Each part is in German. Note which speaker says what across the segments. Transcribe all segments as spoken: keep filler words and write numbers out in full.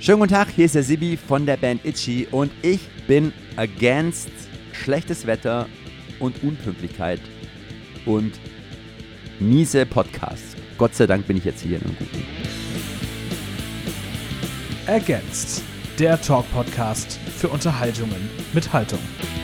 Speaker 1: Schönen guten Tag, hier ist der Sibi von der Band Itchy und ich bin against schlechtes Wetter und Unpünktlichkeit und miese Podcasts. Gott sei Dank bin ich jetzt hier in einem guten.
Speaker 2: Against, der Talk-Podcast für Unterhaltungen mit Haltung.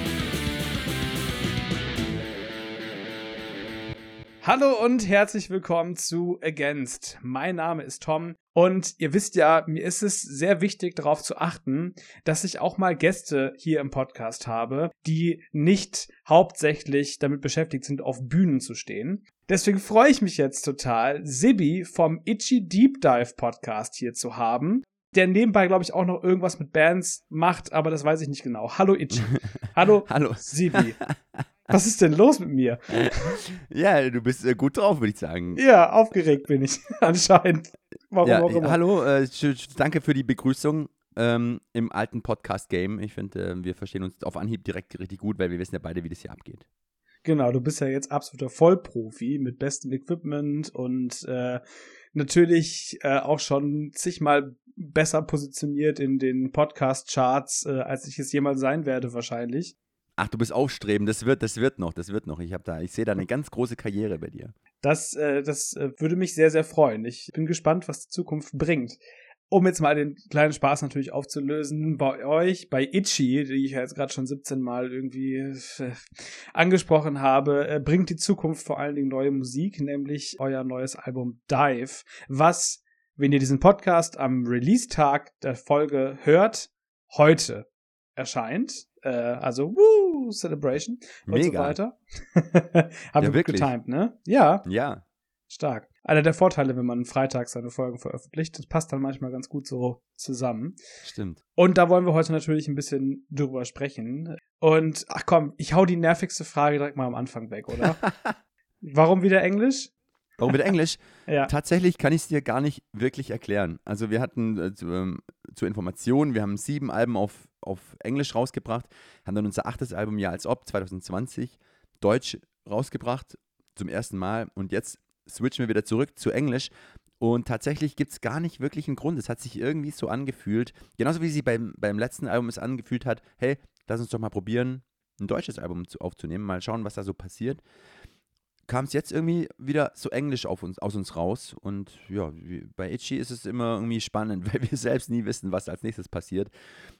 Speaker 2: Hallo und herzlich willkommen zu Against. Mein Name ist Tom und ihr wisst ja, mir ist es sehr wichtig, darauf zu achten, dass ich auch mal Gäste hier im Podcast habe, die nicht hauptsächlich damit beschäftigt sind, auf Bühnen zu stehen. Deswegen freue ich mich jetzt total, Sibi vom Itchy Deep Dive Podcast hier zu haben, der nebenbei, glaube ich, auch noch irgendwas mit Bands macht, aber das weiß ich nicht genau. Hallo Itchy. Hallo,
Speaker 1: Hallo.
Speaker 2: Sibi. Was ist denn los mit mir?
Speaker 1: Ja, du bist äh, gut drauf, würde ich sagen.
Speaker 2: Ja, aufgeregt bin ich, anscheinend. Warum
Speaker 1: ja,
Speaker 2: auch immer.
Speaker 1: Hallo, äh, sch- danke für die Begrüßung ähm, im alten Podcast-Game. Ich finde, äh, wir verstehen uns auf Anhieb direkt richtig gut, weil wir wissen ja beide, wie das hier abgeht.
Speaker 2: Genau, du bist ja jetzt absoluter Vollprofi mit bestem Equipment und äh, natürlich äh, auch schon zigmal besser positioniert in den Podcast-Charts, äh, als ich es jemals sein werde wahrscheinlich.
Speaker 1: Ach, du bist aufstrebend, das wird, das wird noch, das wird noch. Ich habe da, ich sehe da eine ganz große Karriere bei dir.
Speaker 2: Das, äh, das äh, würde mich sehr, sehr freuen. Ich bin gespannt, was die Zukunft bringt. Um jetzt mal den kleinen Spaß natürlich aufzulösen, bei euch, bei Itchy, die ich ja jetzt gerade schon siebzehn Mal irgendwie äh, angesprochen habe, äh, bringt die Zukunft vor allen Dingen neue Musik, nämlich euer neues Album Dive, was, wenn ihr diesen Podcast am Release-Tag der Folge hört, heute erscheint. Äh, also, woo, Celebration und
Speaker 1: Mega.
Speaker 2: so weiter. Haben
Speaker 1: Ja,
Speaker 2: wir gut
Speaker 1: wirklich?
Speaker 2: getimt, ne? Ja.
Speaker 1: Ja.
Speaker 2: Stark. Einer der Vorteile, wenn man freitags seine Folgen veröffentlicht, das passt dann manchmal ganz gut so zusammen.
Speaker 1: Stimmt.
Speaker 2: Und da wollen wir heute natürlich ein bisschen drüber sprechen. Und, ach komm, ich hau die nervigste Frage direkt mal am Anfang weg, oder? Warum wieder Englisch?
Speaker 1: Warum mit Englisch?
Speaker 2: Ja.
Speaker 1: Tatsächlich kann ich es dir gar nicht wirklich erklären. Also wir hatten äh, zu, ähm, zur Information, wir haben sieben Alben auf, auf Englisch rausgebracht, haben dann unser achtes Album Ja als ob zwanzig zwanzig Deutsch rausgebracht, zum ersten Mal. Und jetzt switchen wir wieder zurück zu Englisch. Und tatsächlich gibt es gar nicht wirklich einen Grund. Es hat sich irgendwie so angefühlt, genauso wie sie beim, beim letzten Album es angefühlt hat, hey, lass uns doch mal probieren, ein deutsches Album zu, aufzunehmen, mal schauen, was da so passiert. Kam es jetzt irgendwie wieder so englisch auf uns, aus uns raus. Und ja, wie, bei Itchy ist es immer irgendwie spannend, weil wir selbst nie wissen, was als nächstes passiert.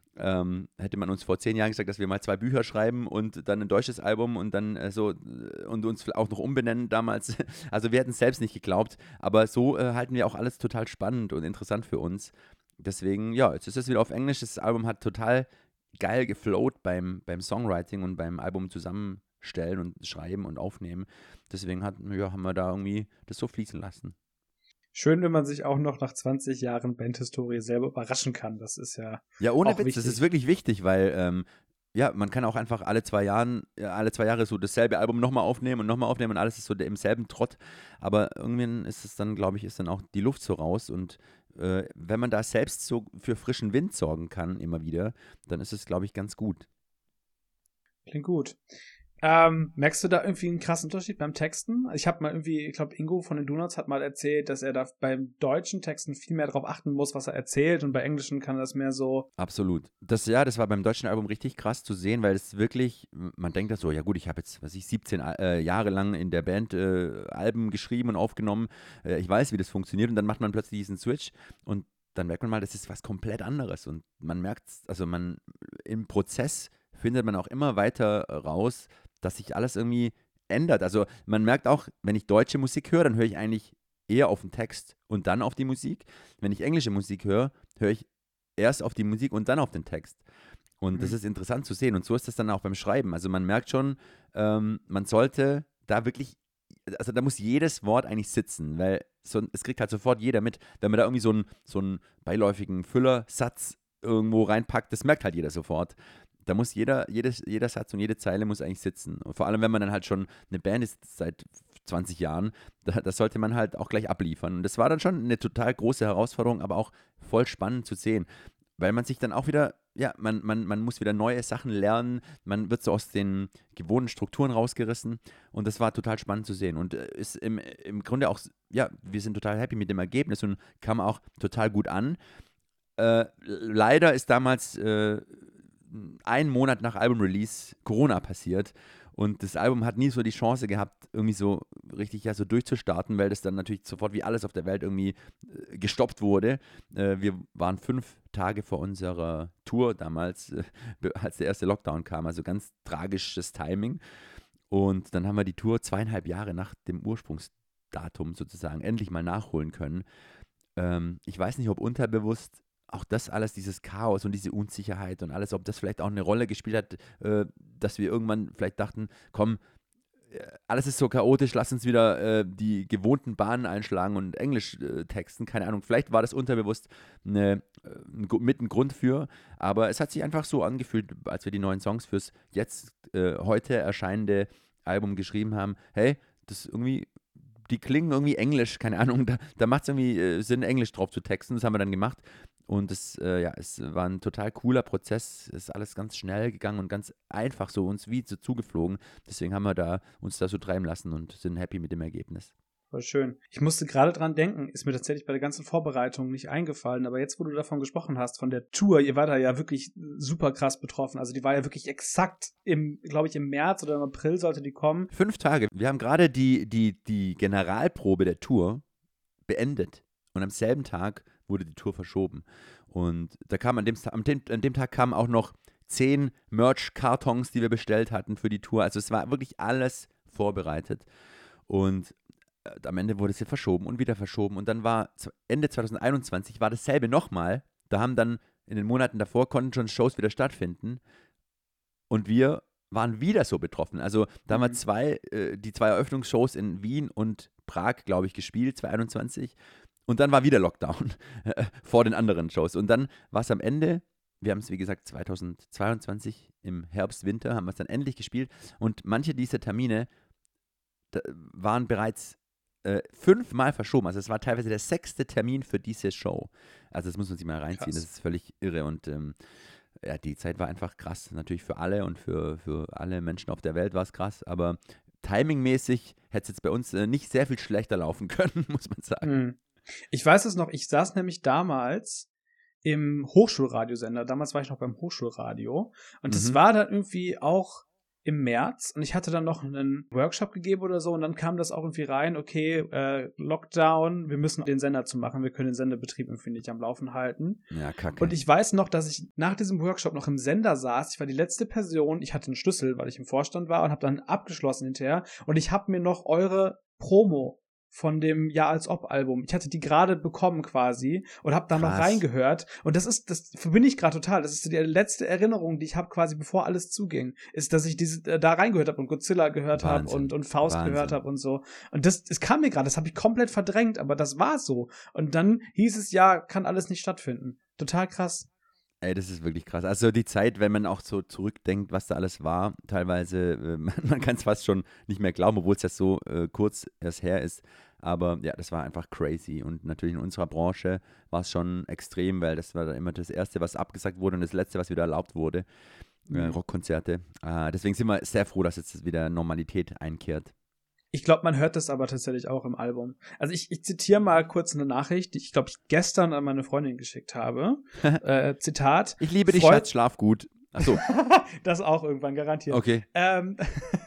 Speaker 1: Ähm, hätte man uns vor zehn Jahren gesagt, dass wir mal zwei Bücher schreiben und dann ein deutsches Album und dann äh, so äh, und uns auch noch umbenennen damals. Also wir hätten es selbst nicht geglaubt, aber so äh, halten wir auch alles total spannend und interessant für uns. Deswegen, ja, jetzt ist es wieder auf Englisch. Das Album hat total geil geflowt beim, beim Songwriting und beim Album zusammenstellen und schreiben und aufnehmen. Deswegen hat, ja, haben wir da irgendwie das so fließen lassen.
Speaker 2: Schön, wenn man sich auch noch nach zwanzig Jahren Bandhistorie selber überraschen kann. Das ist ja
Speaker 1: Ja, ohne
Speaker 2: auch
Speaker 1: Witz,
Speaker 2: wichtig.
Speaker 1: das ist wirklich wichtig, weil ähm, ja, man kann auch einfach alle zwei Jahren, ja, alle zwei Jahre so dasselbe Album nochmal aufnehmen und nochmal aufnehmen und alles ist so im selben Trott. Aber irgendwann ist es dann, glaube ich, ist dann auch die Luft so raus und äh, wenn man da selbst so für frischen Wind sorgen kann, immer wieder, dann ist es, glaube ich, ganz gut.
Speaker 2: Klingt gut. Ähm, merkst du da irgendwie einen krassen Unterschied beim Texten? Ich habe mal irgendwie, ich glaube, Ingo von den Donuts hat mal erzählt, dass er da beim deutschen Texten viel mehr darauf achten muss, was er erzählt und bei englischen kann er das mehr so.
Speaker 1: Absolut. Das, ja, das war beim deutschen Album richtig krass zu sehen, weil es wirklich, man denkt das so, ja gut, ich habe jetzt, was ich, siebzehn äh, Jahre lang in der Band äh, Alben geschrieben und aufgenommen, äh, ich weiß, wie das funktioniert und dann macht man plötzlich diesen Switch und dann merkt man mal, das ist was komplett anderes und man merkt, also man, im Prozess findet man auch immer weiter raus, dass sich alles irgendwie ändert. Also man merkt auch, wenn ich deutsche Musik höre, dann höre ich eigentlich eher auf den Text und dann auf die Musik. Wenn ich englische Musik höre, höre ich erst auf die Musik und dann auf den Text. Und mhm. das ist interessant zu sehen. Und so ist das dann auch beim Schreiben. Also man merkt schon, ähm, man sollte da wirklich, also da muss jedes Wort eigentlich sitzen, weil so, es kriegt halt sofort jeder mit. Wenn man da irgendwie so einen, so einen beiläufigen Füllersatz irgendwo reinpackt, das merkt halt jeder sofort. Da muss jeder, jedes, jeder Satz und jede Zeile muss eigentlich sitzen. Und vor allem, wenn man dann halt schon eine Band ist seit zwanzig Jahren, da, das sollte man halt auch gleich abliefern. Und das war dann schon eine total große Herausforderung, aber auch voll spannend zu sehen. Weil man sich dann auch wieder, ja, man, man, man muss wieder neue Sachen lernen, man wird so aus den gewohnten Strukturen rausgerissen und das war total spannend zu sehen. Und äh, ist im, im Grunde auch, ja, wir sind total happy mit dem Ergebnis und kam auch total gut an. Äh, leider ist damals äh, ein Monat nach Album-Release Corona passiert und das Album hat nie so die Chance gehabt, irgendwie so richtig ja so durchzustarten, weil das dann natürlich sofort wie alles auf der Welt irgendwie äh, gestoppt wurde. Äh, wir waren fünf Tage vor unserer Tour damals, äh, als der erste Lockdown kam, also ganz tragisches Timing. Und dann haben wir die Tour zweieinhalb Jahre nach dem Ursprungsdatum sozusagen endlich mal nachholen können. Ähm, ich weiß nicht, ob unterbewusst auch das alles, dieses Chaos und diese Unsicherheit und alles, ob das vielleicht auch eine Rolle gespielt hat, äh, dass wir irgendwann vielleicht dachten, komm, äh, alles ist so chaotisch, lass uns wieder äh, die gewohnten Bahnen einschlagen und Englisch äh, texten, keine Ahnung, vielleicht war das unterbewusst eine, äh, ein, Gu- mit ein Grund für, aber es hat sich einfach so angefühlt, als wir die neuen Songs fürs jetzt äh, heute erscheinende Album geschrieben haben, hey, das ist irgendwie die klingen irgendwie englisch, keine Ahnung, da, da macht es irgendwie äh, Sinn, Englisch drauf zu texten, das haben wir dann gemacht und es, äh, ja, es war ein total cooler Prozess, es ist alles ganz schnell gegangen und ganz einfach so uns wie so zugeflogen, deswegen haben wir da uns da so treiben lassen und sind happy mit dem Ergebnis.
Speaker 2: Voll schön. Ich musste gerade dran denken, ist mir tatsächlich bei der ganzen Vorbereitung nicht eingefallen, aber jetzt, wo du davon gesprochen hast, von der Tour, ihr war da ja wirklich super krass betroffen. Also die war ja wirklich exakt im, glaube ich, im März oder im April sollte die kommen.
Speaker 1: Fünf Tage, wir haben gerade die, die, die Generalprobe der Tour beendet und am selben Tag wurde die Tour verschoben und da kam an dem, an dem, an dem Tag kamen auch noch zehn Merch-Kartons, die wir bestellt hatten für die Tour, also es war wirklich alles vorbereitet und äh, am Ende wurde es ja verschoben und wieder verschoben und dann war z- Ende zwanzig einundzwanzig war dasselbe nochmal, da haben dann in den Monaten davor konnten schon Shows wieder stattfinden und wir waren wieder so betroffen. Also da haben wir
Speaker 2: Mhm.
Speaker 1: zwei, äh, die zwei Eröffnungsshows in Wien und Prag, glaube ich, gespielt, zwanzig einundzwanzig. Und dann war wieder Lockdown äh, vor den anderen Shows. Und dann war es am Ende, wir haben es wie gesagt zwanzig zweiundzwanzig im Herbst, Winter, haben wir es dann endlich gespielt. Und manche dieser Termine da, waren bereits äh, fünfmal verschoben. Also es war teilweise der sechste Termin für diese Show. Also das muss man sich mal reinziehen,
Speaker 2: Krass.
Speaker 1: das ist völlig irre. Und ähm, ja, die Zeit war einfach krass. Natürlich für alle und für, für alle Menschen auf der Welt war es krass, aber timingmäßig hätte es jetzt bei uns äh, nicht sehr viel schlechter laufen können, muss man sagen.
Speaker 2: Mhm. Ich weiß es noch, ich saß nämlich damals im Hochschulradiosender. Damals war ich noch beim Hochschulradio. Und das
Speaker 1: Mhm.
Speaker 2: war dann irgendwie auch im März. Und ich hatte dann noch einen Workshop gegeben oder so. Und dann kam das auch irgendwie rein, okay, äh, Lockdown, wir müssen den Sender zu machen. Wir können den Sendebetrieb irgendwie nicht am Laufen halten.
Speaker 1: Ja, kacke.
Speaker 2: Und ich weiß noch, dass ich nach diesem Workshop noch im Sender saß. Ich war die letzte Person. Ich hatte einen Schlüssel, weil ich im Vorstand war und habe dann abgeschlossen hinterher. Und ich habe mir noch eure Promo von dem Ja als Ob Album. Ich hatte die gerade bekommen quasi und habe da noch
Speaker 1: Krass.
Speaker 2: reingehört und das ist, das verbinde ich gerade total. Das ist so die letzte Erinnerung, die ich habe quasi bevor alles zuging, ist, dass ich diese äh, da reingehört habe und Godzilla gehört habe
Speaker 1: Wahnsinn.
Speaker 2: und und Faust
Speaker 1: Wahnsinn.
Speaker 2: gehört habe und so. Und das, das kam mir gerade, das habe ich komplett verdrängt, aber das war so. Und dann hieß es ja, kann alles nicht stattfinden. Total krass.
Speaker 1: Ey, das ist wirklich krass. Also die Zeit, wenn man auch so zurückdenkt, was da alles war, teilweise, äh, man, man kann es fast schon nicht mehr glauben, obwohl es ja so äh, kurz erst her ist. Aber ja, das war einfach crazy. Und natürlich in unserer Branche war es schon extrem, weil das war dann immer das Erste, was abgesagt wurde und das Letzte, was wieder erlaubt wurde. Äh,
Speaker 2: Mhm.
Speaker 1: Rockkonzerte. Äh, deswegen sind wir sehr froh, dass jetzt wieder Normalität einkehrt.
Speaker 2: Ich glaube, man hört das aber tatsächlich auch im Album. Also ich, ich zitiere mal kurz eine Nachricht, die ich, glaube ich, gestern an meine Freundin geschickt habe. äh, Zitat.
Speaker 1: Ich liebe dich,
Speaker 2: Freut-
Speaker 1: Schatz, schlaf gut. Achso,
Speaker 2: Das auch irgendwann garantiert.
Speaker 1: okay.
Speaker 2: Ähm,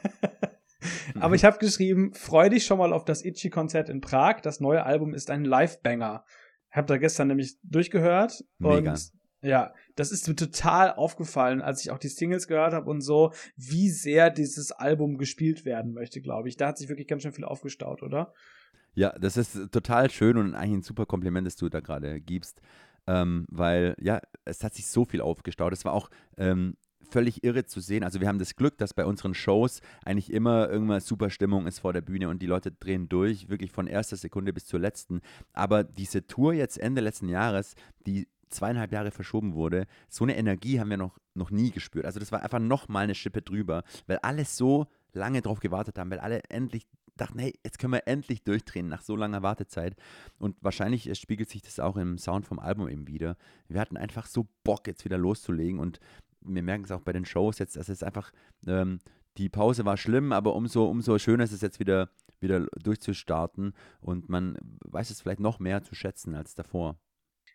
Speaker 2: aber ich habe geschrieben, freu dich schon mal auf das Itchy-Konzert in Prag. Das neue Album ist ein Live-Banger. Hab da gestern nämlich durchgehört.
Speaker 1: Mega.
Speaker 2: Und ja, das ist mir total aufgefallen, als ich auch die Singles gehört habe und so, wie sehr dieses Album gespielt werden möchte, glaube ich. Da hat sich wirklich ganz schön viel aufgestaut, oder?
Speaker 1: Ja, das ist total schön und eigentlich ein super Kompliment, das du da gerade gibst, ähm, weil ja, es hat sich so viel aufgestaut. Es war auch ähm, völlig irre zu sehen. Also wir haben das Glück, dass bei unseren Shows eigentlich immer irgendwann super Stimmung ist vor der Bühne und die Leute drehen durch, wirklich von erster Sekunde bis zur letzten. Aber diese Tour jetzt Ende letzten Jahres, die zweieinhalb Jahre verschoben wurde, so eine Energie haben wir noch, noch nie gespürt. Also das war einfach nochmal eine Schippe drüber, weil alle so lange drauf gewartet haben, weil alle endlich dachten, hey, jetzt können wir endlich durchdrehen nach so langer Wartezeit. Und wahrscheinlich äh, spiegelt sich das auch im Sound vom Album eben wieder. Wir hatten einfach so Bock, jetzt wieder loszulegen und wir merken es auch bei den Shows jetzt, dass es einfach, ähm, die Pause war schlimm, aber umso, umso schöner ist es jetzt wieder, wieder durchzustarten und man weiß es vielleicht noch mehr zu schätzen als davor.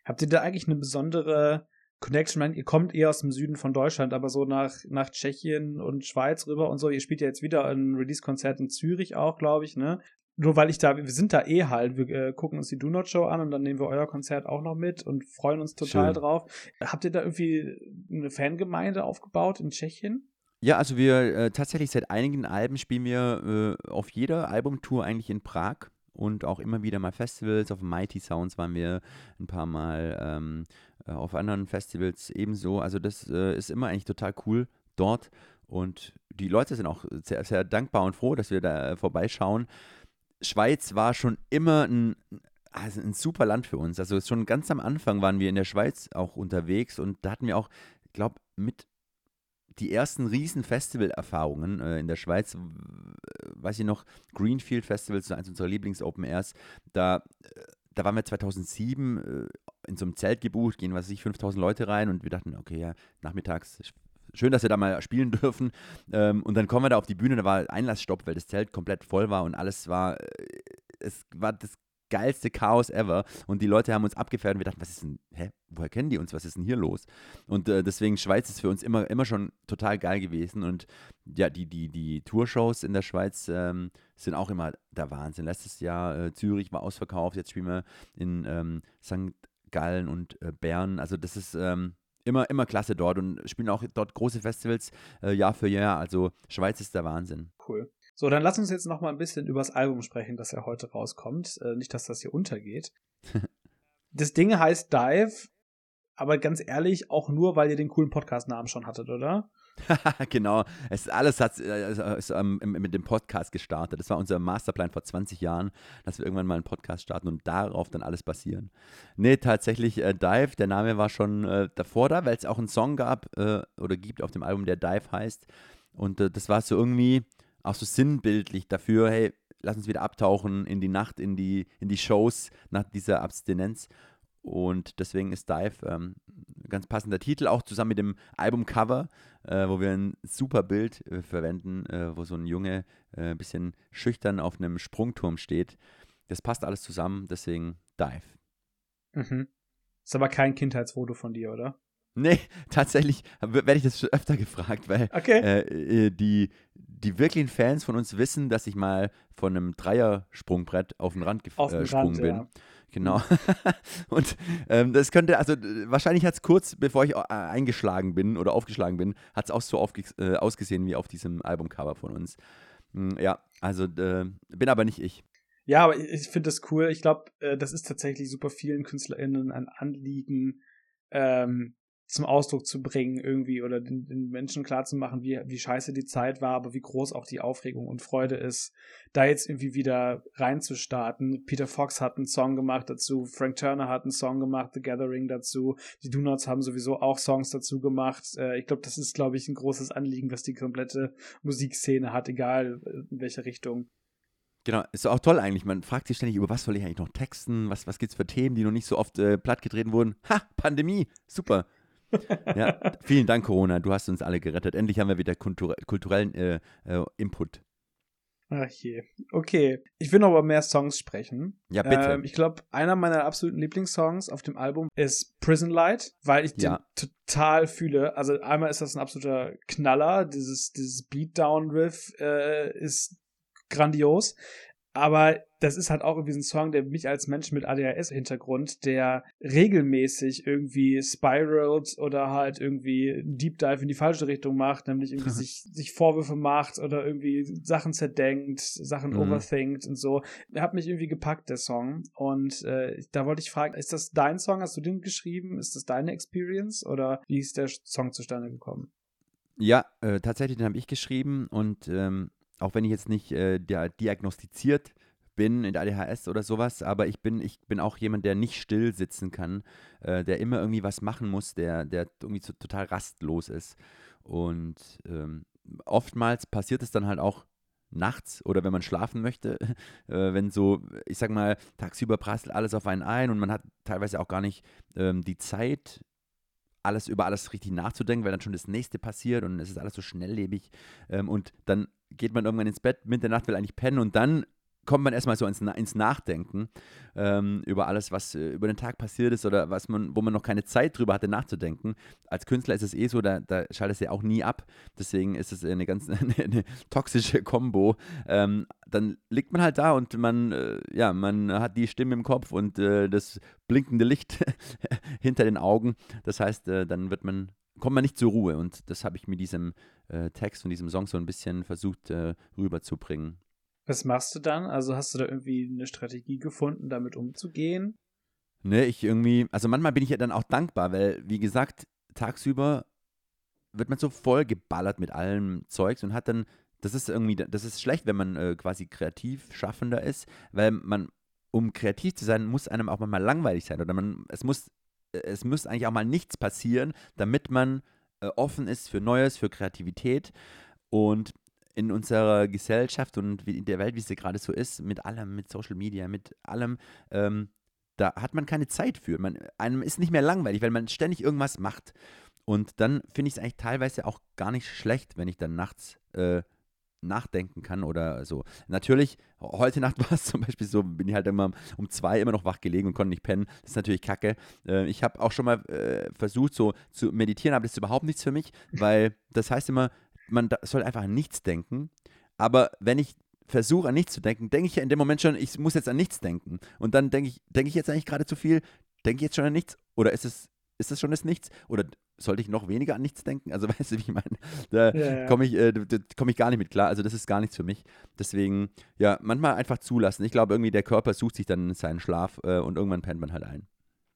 Speaker 2: Habt ihr da eigentlich eine besondere Connection? Ich meine, ihr kommt eher aus dem Süden von Deutschland, aber so nach, nach Tschechien und Schweiz rüber und so. Ihr spielt ja jetzt wieder ein Release-Konzert in Zürich auch, glaube ich, ne? Nur weil ich da, wir sind da eh halt, wir äh, gucken uns die Do Not Show an und dann nehmen wir euer Konzert auch noch mit und freuen uns total
Speaker 1: Schön.
Speaker 2: drauf. Habt ihr da irgendwie eine Fangemeinde aufgebaut in Tschechien?
Speaker 1: Ja, also wir äh, tatsächlich seit einigen Alben spielen wir äh, auf jeder Albumtour eigentlich in Prag und auch immer wieder mal Festivals. Auf Mighty Sounds waren wir ein paar Mal, ähm, äh, auf anderen Festivals ebenso. Also das äh, ist immer eigentlich total cool dort und die Leute sind auch sehr, sehr dankbar und froh, dass wir da äh, vorbeischauen. Schweiz war schon immer ein, also ein super Land für uns. Also schon ganz am Anfang waren wir in der Schweiz auch unterwegs und da hatten wir auch, ich glaube, mit die ersten riesen Festival-Erfahrungen äh, in der Schweiz, w- weiß ich noch, Greenfield Festival, so eins unserer Lieblings-Open Airs, da, äh, da waren wir zweitausendsieben äh, in so einem Zelt gebucht, gehen, was weiß ich, fünftausend Leute rein und wir dachten, okay, ja, nachmittags, sch- schön, dass wir da mal spielen dürfen. Ähm, und dann kommen wir da auf die Bühne, da war Einlassstopp, weil das Zelt komplett voll war und alles war, äh, es war das geilste Chaos ever und die Leute haben uns abgefeiert und wir dachten, was ist denn, hä, woher kennen die uns, was ist denn hier los? Und äh, deswegen Schweiz ist für uns immer, immer schon total geil gewesen und ja, die, die, die Tourshows in der Schweiz ähm, sind auch immer der Wahnsinn. Letztes Jahr äh, Zürich war ausverkauft, jetzt spielen wir in ähm, Sankt Gallen und äh, Bern. Also das ist ähm, immer, immer klasse dort und spielen auch dort große Festivals äh, Jahr für Jahr. Also Schweiz ist der Wahnsinn.
Speaker 2: Cool. So, dann lass uns jetzt noch mal ein bisschen über das Album sprechen, das ja heute rauskommt. Äh, nicht, dass das hier untergeht. Das Ding heißt Dive, aber ganz ehrlich, auch nur, weil ihr den coolen Podcast-Namen schon hattet, oder?
Speaker 1: Genau, es alles hat äh, ist, ist, ähm, mit dem Podcast gestartet. Das war unser Masterplan vor zwanzig Jahren, dass wir irgendwann mal einen Podcast starten und darauf dann alles basieren. Nee, tatsächlich äh, Dive, der Name war schon äh, davor da, weil es auch einen Song gab äh, oder gibt auf dem Album, der Dive heißt. Und äh, das war so irgendwie auch so sinnbildlich dafür, hey, lass uns wieder abtauchen in die Nacht, in die, in die Shows nach dieser Abstinenz. Und deswegen ist Dive ähm, ein ganz passender Titel, auch zusammen mit dem Albumcover, äh, wo wir ein super Bild äh, verwenden, äh, wo so ein Junge äh, ein bisschen schüchtern auf einem Sprungturm steht. Das passt alles zusammen, deswegen Dive.
Speaker 2: Mhm. Ist aber kein Kindheitsfoto von dir, oder?
Speaker 1: Nee, tatsächlich werde ich das schon öfter gefragt, weil
Speaker 2: Okay.
Speaker 1: äh, äh, die, die wirklichen Fans von uns wissen, dass ich mal von einem Dreiersprungbrett auf den Rand
Speaker 2: Auf
Speaker 1: gef- äh,
Speaker 2: dem Rand,
Speaker 1: gesprungen bin.
Speaker 2: ja.
Speaker 1: Genau. Und ähm, das könnte, also äh, wahrscheinlich hat es kurz, bevor ich äh, eingeschlagen bin oder aufgeschlagen bin, hat es auch so aufge äh, ausgesehen wie auf diesem Albumcover von uns. Mm, ja, also äh, bin aber nicht ich.
Speaker 2: Ja, aber ich, ich finde das cool. Ich glaube, äh, das ist tatsächlich super vielen KünstlerInnen ein Anliegen, ähm, zum Ausdruck zu bringen irgendwie oder den, den Menschen klarzumachen, wie, wie scheiße die Zeit war, aber wie groß auch die Aufregung und Freude ist, da jetzt irgendwie wieder reinzustarten. Peter Fox hat einen Song gemacht dazu, Frank Turner hat einen Song gemacht, The Gathering dazu, die Do Nots haben sowieso auch Songs dazu gemacht. Äh, ich glaube, das ist, glaube ich, ein großes Anliegen, was die komplette Musikszene hat, egal in welche Richtung.
Speaker 1: Genau, ist auch toll eigentlich. Man fragt sich ständig, über was soll ich eigentlich noch texten? Was, was gibt es für Themen, die noch nicht so oft äh, plattgetreten wurden? Ha, Pandemie, super. Ja, vielen Dank, Corona. Du hast uns alle gerettet. Endlich haben wir wieder kultur kulturellen äh, äh, Input.
Speaker 2: Ach je. Okay. Ich will noch über mehr Songs sprechen.
Speaker 1: Ja, bitte.
Speaker 2: Ähm, ich glaube, einer meiner absoluten Lieblingssongs auf dem Album ist Prison Light, weil ich den
Speaker 1: Ja.
Speaker 2: total fühle. Also einmal ist das ein absoluter Knaller. Dieses, dieses Beatdown-Riff äh, ist grandios. Aber das ist halt auch irgendwie so ein Song, der mich als Mensch mit A D H S-Hintergrund, der regelmäßig irgendwie spiralt oder halt irgendwie einen Deep Dive in die falsche Richtung macht, nämlich irgendwie sich, sich Vorwürfe macht oder irgendwie Sachen zerdenkt, Sachen
Speaker 1: Mhm.
Speaker 2: overthinkt und so. Er hat mich irgendwie gepackt, der Song. Und äh, da wollte ich fragen, ist das dein Song? Hast du den geschrieben? Ist das deine Experience? Oder wie ist der Song zustande gekommen?
Speaker 1: Ja, äh, tatsächlich, den habe ich geschrieben und ähm, auch wenn ich jetzt nicht äh, dia diagnostiziert bin in A D H S oder sowas, aber ich bin, ich bin auch jemand, der nicht still sitzen kann, äh, der immer irgendwie was machen muss, der, der irgendwie so total rastlos ist. Und ähm, oftmals passiert es dann halt auch nachts oder wenn man schlafen möchte, äh, wenn so, ich sag mal, tagsüber prasselt alles auf einen ein und man hat teilweise auch gar nicht ähm, die Zeit, alles über alles richtig nachzudenken, weil dann schon das nächste passiert und es ist alles so schnelllebig. Ähm, und dann geht man irgendwann ins Bett, mit der Nacht will eigentlich pennen und dann kommt man erstmal so ins, ins Nachdenken ähm, über alles, was äh, über den Tag passiert ist oder was man, wo man noch keine Zeit drüber hatte nachzudenken. Als Künstler ist es eh so, da, da schaltet es ja auch nie ab. Deswegen ist es eine ganz eine, eine toxische Kombo. Ähm, dann liegt man halt da und man, äh, ja, man hat die Stimme im Kopf und äh, das blinkende Licht hinter den Augen. Das heißt, äh, dann wird man, kommt man nicht zur Ruhe. Und das habe ich mit diesem äh, Text und diesem Song so ein bisschen versucht äh, rüberzubringen.
Speaker 2: Was machst du dann? Also hast du da irgendwie eine Strategie gefunden, damit umzugehen?
Speaker 1: Ne, ich irgendwie, also manchmal bin ich ja dann auch dankbar, weil, wie gesagt, tagsüber wird man so voll geballert mit allem Zeugs und hat dann, das ist irgendwie, das ist schlecht, wenn man äh, quasi kreativ schaffender ist, weil man, um kreativ zu sein, muss einem auch manchmal langweilig sein oder man, es muss, äh, es muss eigentlich auch mal nichts passieren, damit man äh, offen ist für Neues, für Kreativität und in unserer Gesellschaft und wie in der Welt, wie sie gerade so ist, mit allem, mit Social Media, mit allem, ähm, da hat man keine Zeit für. Man, einem ist nicht mehr langweilig, weil man ständig irgendwas macht. Und dann finde ich es eigentlich teilweise auch gar nicht schlecht, wenn ich dann nachts äh, nachdenken kann oder so. Natürlich, heute Nacht war es zum Beispiel so, bin ich halt immer um zwei immer noch wach gelegen und konnte nicht pennen. Das ist natürlich kacke. Äh, ich habe auch schon mal äh, versucht, so zu meditieren, aber das ist überhaupt nichts für mich, weil das heißt immer, man da, soll einfach an nichts denken. Aber wenn ich versuche, an nichts zu denken, denke ich ja in dem Moment schon, ich muss jetzt an nichts denken. Und dann denke ich, denke ich jetzt eigentlich gerade zu viel? Denke ich jetzt schon an nichts? Oder ist es, ist es schon das Nichts? Oder sollte ich noch weniger an nichts denken? Also weißt du, wie ich meine? Da
Speaker 2: Ja, ja.
Speaker 1: komme ich, äh, da komm ich gar nicht mit klar. Also das ist gar nichts für mich. Deswegen, ja, manchmal einfach zulassen. Ich glaube, irgendwie der Körper sucht sich dann seinen Schlaf äh, und irgendwann pennt man halt ein.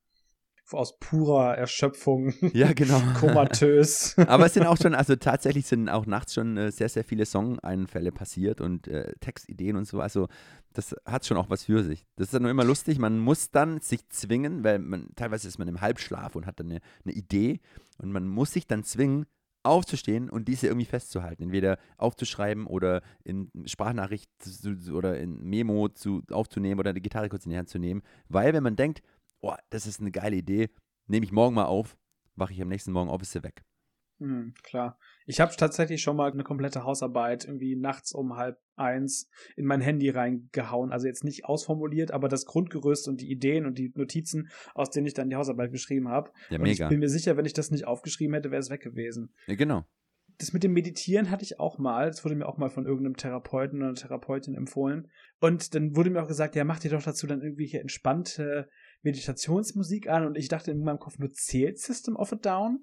Speaker 2: Aus purer Erschöpfung,
Speaker 1: Ja, genau.
Speaker 2: komatös.
Speaker 1: Aber es sind auch schon, also tatsächlich sind auch nachts schon äh, sehr, sehr viele Song-Einfälle passiert und äh, Textideen und so. Also das hat schon auch was für sich. Das ist dann nur immer lustig. Man muss dann sich zwingen, weil man teilweise ist man im Halbschlaf und hat dann eine, eine Idee und man muss sich dann zwingen, aufzustehen und diese irgendwie festzuhalten. Entweder aufzuschreiben oder in Sprachnachricht zu, oder in Memo zu, aufzunehmen oder die Gitarre kurz in die Hand zu nehmen. Weil wenn man denkt, oh, das ist eine geile Idee, nehme ich morgen mal auf, wache ich am nächsten Morgen auf, ist sie weg.
Speaker 2: Hm, klar. Ich habe tatsächlich schon mal eine komplette Hausarbeit irgendwie nachts um halb eins in mein Handy reingehauen. Also jetzt nicht ausformuliert, aber das Grundgerüst und die Ideen und die Notizen, aus denen ich dann die Hausarbeit geschrieben habe.
Speaker 1: Ja,
Speaker 2: und
Speaker 1: mega.
Speaker 2: ich bin mir sicher, wenn ich das nicht aufgeschrieben hätte, wäre es weg gewesen.
Speaker 1: Ja, genau.
Speaker 2: Das mit dem Meditieren hatte ich auch mal. Das wurde mir auch mal von irgendeinem Therapeuten oder Therapeutin empfohlen. Und dann wurde mir auch gesagt, ja, mach dir doch dazu dann irgendwie hier entspannte Meditationsmusik an. Und ich dachte in meinem Kopf, nur zählt System of a Down?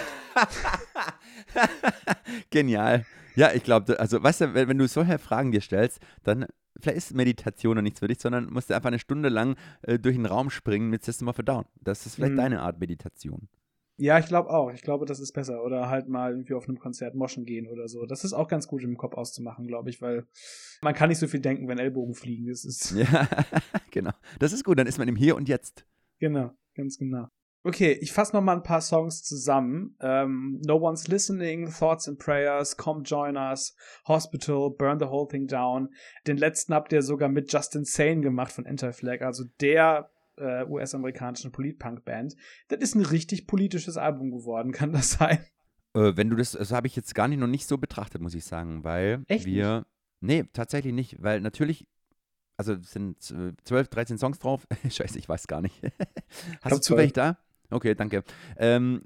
Speaker 1: Genial. Ja, ich glaube, also weißt du, wenn, wenn du solche Fragen dir stellst, dann vielleicht ist Meditation noch nichts für dich, sondern musst du einfach eine Stunde lang äh, durch den Raum springen mit System of a Down. Das ist vielleicht
Speaker 2: Mhm.
Speaker 1: deine Art Meditation.
Speaker 2: Ja, ich glaube auch. Ich glaube, das ist besser. Oder halt mal irgendwie auf einem Konzert moschen gehen oder so. Das ist auch ganz gut im Kopf auszumachen, glaube ich, weil man kann nicht so viel denken, wenn Ellbogen fliegen. Das ist
Speaker 1: Ja, genau. Das ist gut, dann ist man im Hier und Jetzt.
Speaker 2: genau, ganz genau. Okay, ich fasse noch mal ein paar Songs zusammen. Ähm, No One's Listening, Thoughts and Prayers, Come Join Us, Hospital, Burn the Whole Thing Down. Den letzten habt ihr sogar mit Justin Sane gemacht von Anti-Flag, also der äh, U S-amerikanischen Polit-Punk-Band. Das ist ein richtig politisches Album geworden, kann das sein?
Speaker 1: Äh, wenn du das, das habe ich jetzt gar nicht noch nicht so betrachtet, muss ich sagen, weil
Speaker 2: Echt
Speaker 1: wir, nee, tatsächlich nicht, weil natürlich, also es sind zwölf, dreizehn Songs drauf. Scheiße, ich weiß gar nicht. Hast du zufällig da? Okay, danke. Ähm,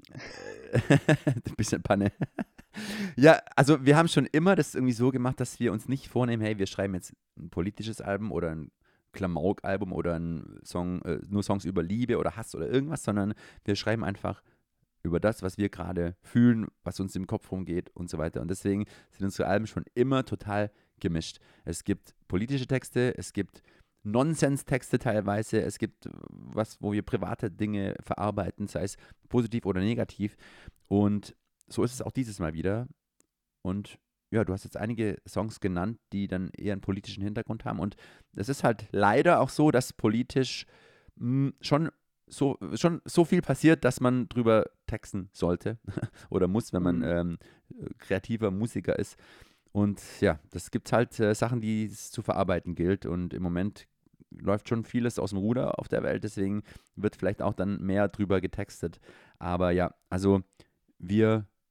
Speaker 1: ein bisschen Panne. Ja, also wir haben schon immer das irgendwie so gemacht, dass wir uns nicht vornehmen, hey, wir schreiben jetzt ein politisches Album oder ein Klamauk-Album oder ein Song, äh, nur Songs über Liebe oder Hass oder irgendwas, sondern wir schreiben einfach über das, was wir gerade fühlen, was uns im Kopf rumgeht und so weiter. Und deswegen sind unsere Alben schon immer total gemischt. Es gibt politische Texte, es gibt Nonsens-Texte teilweise, es gibt was, wo wir private Dinge verarbeiten, sei es positiv oder negativ. Und so ist es auch dieses Mal wieder. Und ja, du hast jetzt einige Songs genannt, die dann eher einen politischen Hintergrund haben. Und es ist halt leider auch so, dass politisch mh, schon so, schon so viel passiert, dass man drüber texten sollte oder muss, wenn man
Speaker 2: Mhm.
Speaker 1: ähm, kreativer Musiker ist. Und ja, das gibt halt äh, Sachen, die es zu verarbeiten gilt. Und im Moment läuft schon vieles aus dem Ruder auf der Welt, deswegen wird vielleicht auch dann mehr drüber getextet. Aber ja, also wir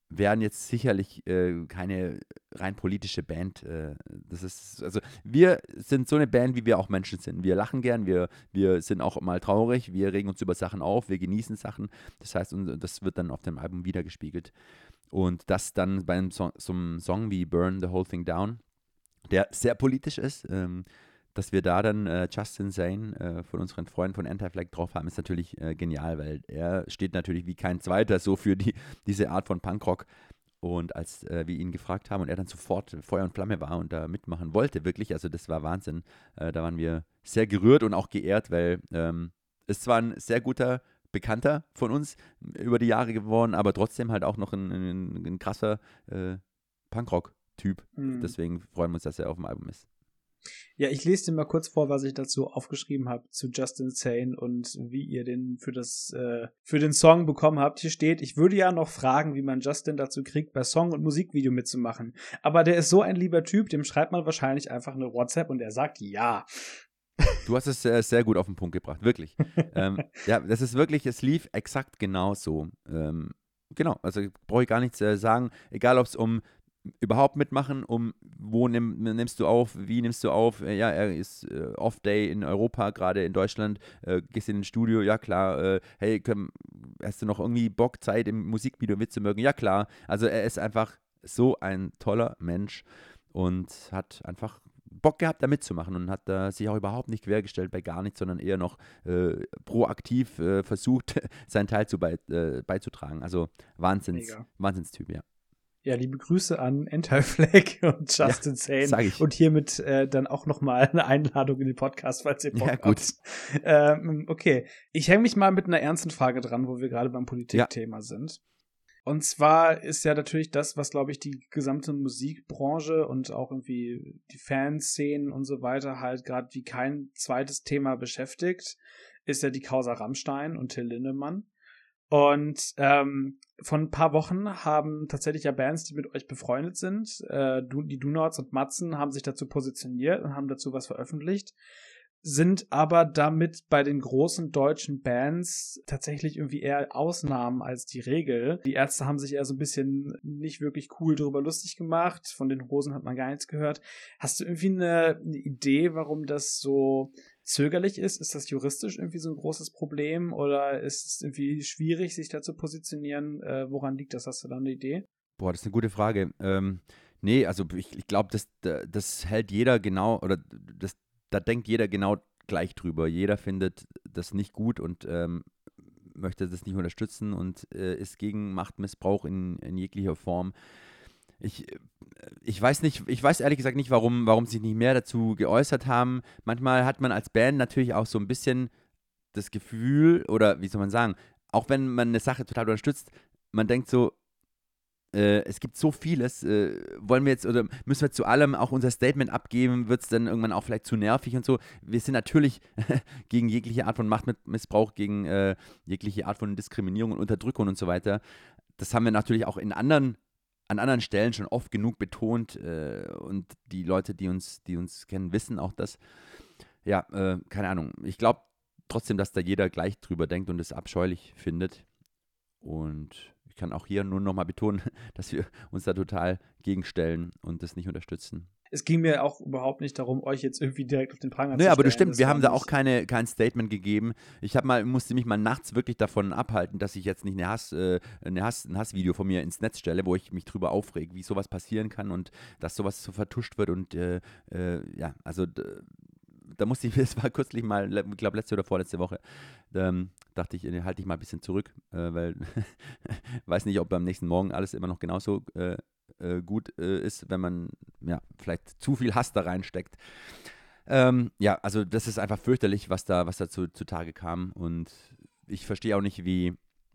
Speaker 1: wären jetzt sicherlich äh, keine rein politische Band. Äh, das ist, also wir sind so eine Band, wie wir auch Menschen sind. Wir lachen gern, wir, wir sind auch mal traurig, wir regen uns über Sachen auf, wir genießen Sachen. Das heißt, und das wird dann auf dem Album wiedergespiegelt. Und das dann bei einem Song, so einem Song wie Burn the Whole Thing Down, der sehr politisch ist, ähm, dass wir da dann äh, Justin Zane äh, von unseren Freunden von Anti-Flag drauf haben, ist natürlich äh, genial, weil er steht natürlich wie kein Zweiter so für die, diese Art von Punkrock. Und als äh, wir ihn gefragt haben und er dann sofort Feuer und Flamme war und da mitmachen wollte, wirklich, also das war Wahnsinn. Äh, da waren wir sehr gerührt und auch geehrt, weil ähm, es zwar ein sehr guter Bekannter von uns über die Jahre geworden, aber trotzdem halt auch noch ein, ein, ein krasser äh, Punkrock-Typ.
Speaker 2: Mhm.
Speaker 1: Deswegen freuen wir uns, dass er auf dem Album ist.
Speaker 2: Ja, ich lese dir mal kurz vor, was ich dazu aufgeschrieben habe zu Justin Zane und wie ihr den für das äh, für den Song bekommen habt. Hier steht: Ich würde ja noch fragen, wie man Justin dazu kriegt, bei Song und Musikvideo mitzumachen. Aber der ist so ein lieber Typ, dem schreibt man wahrscheinlich einfach eine WhatsApp und er sagt ja.
Speaker 1: Du hast es äh, sehr gut auf den Punkt gebracht, wirklich. ähm, ja, das ist wirklich, es lief exakt genau so. Ähm, genau, also brauche ich gar nichts äh, sagen, egal ob es um überhaupt mitmachen, um wo nimm, nimmst du auf, wie nimmst du auf, äh, ja, er ist äh, Off-Day in Europa, gerade in Deutschland, äh, gehst in ein Studio, ja klar, äh, hey, können, hast du noch irgendwie Bock, Zeit im Musikvideo mitzuwirken, ja klar, also er ist einfach so ein toller Mensch und hat einfach Bock gehabt, da mitzumachen und hat da sich auch überhaupt nicht quergestellt bei gar nichts, sondern eher noch äh, proaktiv äh, versucht, seinen Teil zu bei, äh, beizutragen. Also Wahnsinns,
Speaker 2: Mega.
Speaker 1: Wahnsinnstyp, ja.
Speaker 2: Ja, liebe Grüße an Anti-Flag und Justin
Speaker 1: Ja, sag
Speaker 2: Zane
Speaker 1: ich.
Speaker 2: und hiermit äh, dann auch nochmal eine Einladung in den Podcast, falls ihr Bock
Speaker 1: Ja, gut.
Speaker 2: habt. Ähm, okay, ich hänge mich mal mit einer ernsten Frage dran, wo wir gerade beim Politikthema sind. Und zwar ist ja natürlich das, was, glaube ich, die gesamte Musikbranche und auch irgendwie die Fanszenen und so weiter halt gerade wie kein zweites Thema beschäftigt, ist ja die Causa Rammstein und Till Lindemann. Und ähm, vor ein paar Wochen haben tatsächlich ja Bands, die mit euch befreundet sind, äh, die Donuts und Matzen, haben sich dazu positioniert und haben dazu was veröffentlicht, sind aber damit bei den großen deutschen Bands tatsächlich irgendwie eher Ausnahmen als die Regel. Die Ärzte haben sich eher so ein bisschen nicht wirklich cool darüber lustig gemacht. Von den Hosen hat man gar nichts gehört. Hast du irgendwie eine, eine Idee, warum das so zögerlich ist? Ist das juristisch irgendwie so ein großes Problem oder ist es irgendwie schwierig, sich da zu positionieren? Äh, woran liegt das? Hast du da eine Idee?
Speaker 1: Boah, das ist eine gute Frage. Ähm, nee, also ich, ich glaube, das, das hält jeder genau, oder das, da denkt jeder genau gleich drüber. Jeder findet das nicht gut und ähm, möchte das nicht unterstützen und äh, ist gegen Machtmissbrauch in, in jeglicher Form. Ich, ich weiß nicht, ich weiß ehrlich gesagt nicht, warum, warum sie sich nicht mehr dazu geäußert haben. Manchmal hat man als Band natürlich auch so ein bisschen das Gefühl, oder wie soll man sagen, auch wenn man eine Sache total unterstützt, man denkt so, äh, es gibt so vieles, äh, wollen wir jetzt oder müssen wir zu allem auch unser Statement abgeben, wird es dann irgendwann auch vielleicht zu nervig und so. Wir sind natürlich gegen jegliche Art von Machtmissbrauch, gegen äh, jegliche Art von Diskriminierung und Unterdrückung und so weiter. Das haben wir natürlich auch in anderen an anderen Stellen schon oft genug betont äh, und die Leute, die uns, die uns kennen, wissen auch das. Ja, äh, keine Ahnung. Ich glaube trotzdem, dass da jeder gleich drüber denkt und es abscheulich findet. Und ich kann auch hier nur nochmal betonen, dass wir uns da total gegenstellen und das nicht unterstützen.
Speaker 2: Es ging mir auch überhaupt nicht darum, euch jetzt irgendwie direkt auf den Pranger
Speaker 1: Nö,
Speaker 2: zu
Speaker 1: aber das
Speaker 2: stellen.
Speaker 1: stimmt, wir haben da auch keine, kein Statement gegeben. Ich hab mal, musste mich mal nachts wirklich davon abhalten, dass ich jetzt nicht eine Hass, äh, eine Hass, ein Hassvideo von mir ins Netz stelle, wo ich mich drüber aufrege, wie sowas passieren kann und dass sowas so vertuscht wird. Und äh, äh, ja, also d- da musste ich, das war kürzlich mal, ich glaube letzte oder vorletzte Woche, ähm, dachte ich, äh, halte ich mal ein bisschen zurück, äh, weil weiß nicht, ob beim nächsten Morgen alles immer noch genauso äh, äh, gut äh, ist, wenn man ja vielleicht zu viel Hass da reinsteckt. Ähm, ja, also das ist einfach fürchterlich, was da, was da zu, zutage kam. Und ich verstehe auch nicht, wie,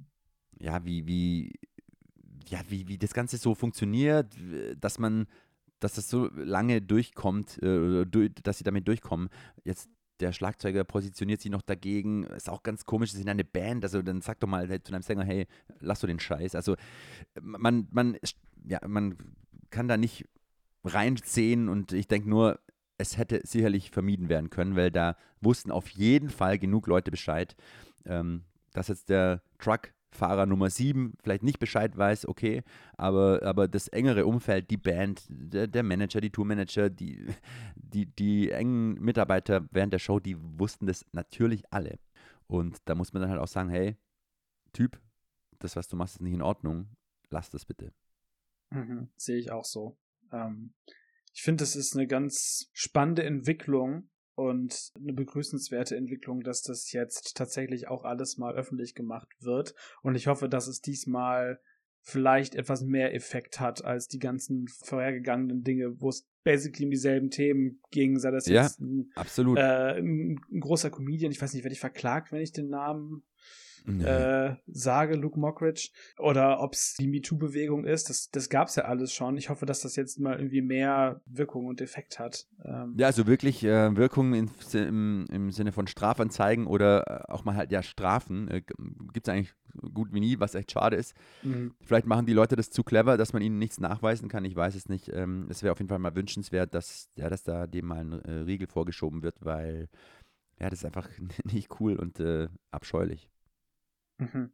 Speaker 1: ja, wie, wie, ja, wie, wie das Ganze so funktioniert, dass man, dass das so lange durchkommt, äh, oder du- dass sie damit durchkommen. Jetzt der Schlagzeuger positioniert sich noch dagegen, ist auch ganz komisch, sie sind eine Band, also dann sag doch mal zu einem Sänger, hey, lass doch den Scheiß. Also man, man, ja, man kann da nicht reinziehen und ich denke nur, es hätte sicherlich vermieden werden können, weil da wussten auf jeden Fall genug Leute Bescheid, ähm, dass jetzt der Truck Fahrer Nummer sieben vielleicht nicht Bescheid weiß, okay, aber, aber das engere Umfeld, die Band, der, der Manager, die Tourmanager, die, die, die engen Mitarbeiter während der Show, die wussten das natürlich alle. Und da muss man dann halt auch sagen, hey, Typ, das, was du machst, ist nicht in Ordnung, lass das bitte.
Speaker 2: Mhm, sehe ich auch so. Ähm, ich finde, das ist eine ganz spannende Entwicklung und eine begrüßenswerte Entwicklung, dass das jetzt tatsächlich auch alles mal öffentlich gemacht wird. Und ich hoffe, dass es diesmal vielleicht etwas mehr Effekt hat als die ganzen vorhergegangenen Dinge, wo es basically um dieselben Themen ging, sei das
Speaker 1: Ja,
Speaker 2: jetzt ein,
Speaker 1: absolut.
Speaker 2: äh, ein, ein großer Comedian, ich weiß nicht, werde ich verklagt, wenn ich den Namen
Speaker 1: Nee.
Speaker 2: äh, sage, Luke Mockridge, oder ob es die MeToo-Bewegung ist, das, das gab es ja alles schon. Ich hoffe, dass das jetzt mal irgendwie mehr Wirkung und Effekt hat. Ähm,
Speaker 1: Ja, also wirklich äh, Wirkung in, im, im Sinne von Strafanzeigen oder äh, auch mal halt ja Strafen äh, gibt es eigentlich gut wie nie, was echt schade ist.
Speaker 2: mhm.
Speaker 1: Vielleicht machen die Leute das zu clever, dass man ihnen nichts nachweisen kann, ich weiß es nicht. Ähm, es wäre auf jeden Fall mal wünschenswert, dass, ja, dass da dem mal ein äh, Riegel vorgeschoben wird, weil ja, das ist einfach nicht cool und äh, abscheulich.
Speaker 2: Mhm.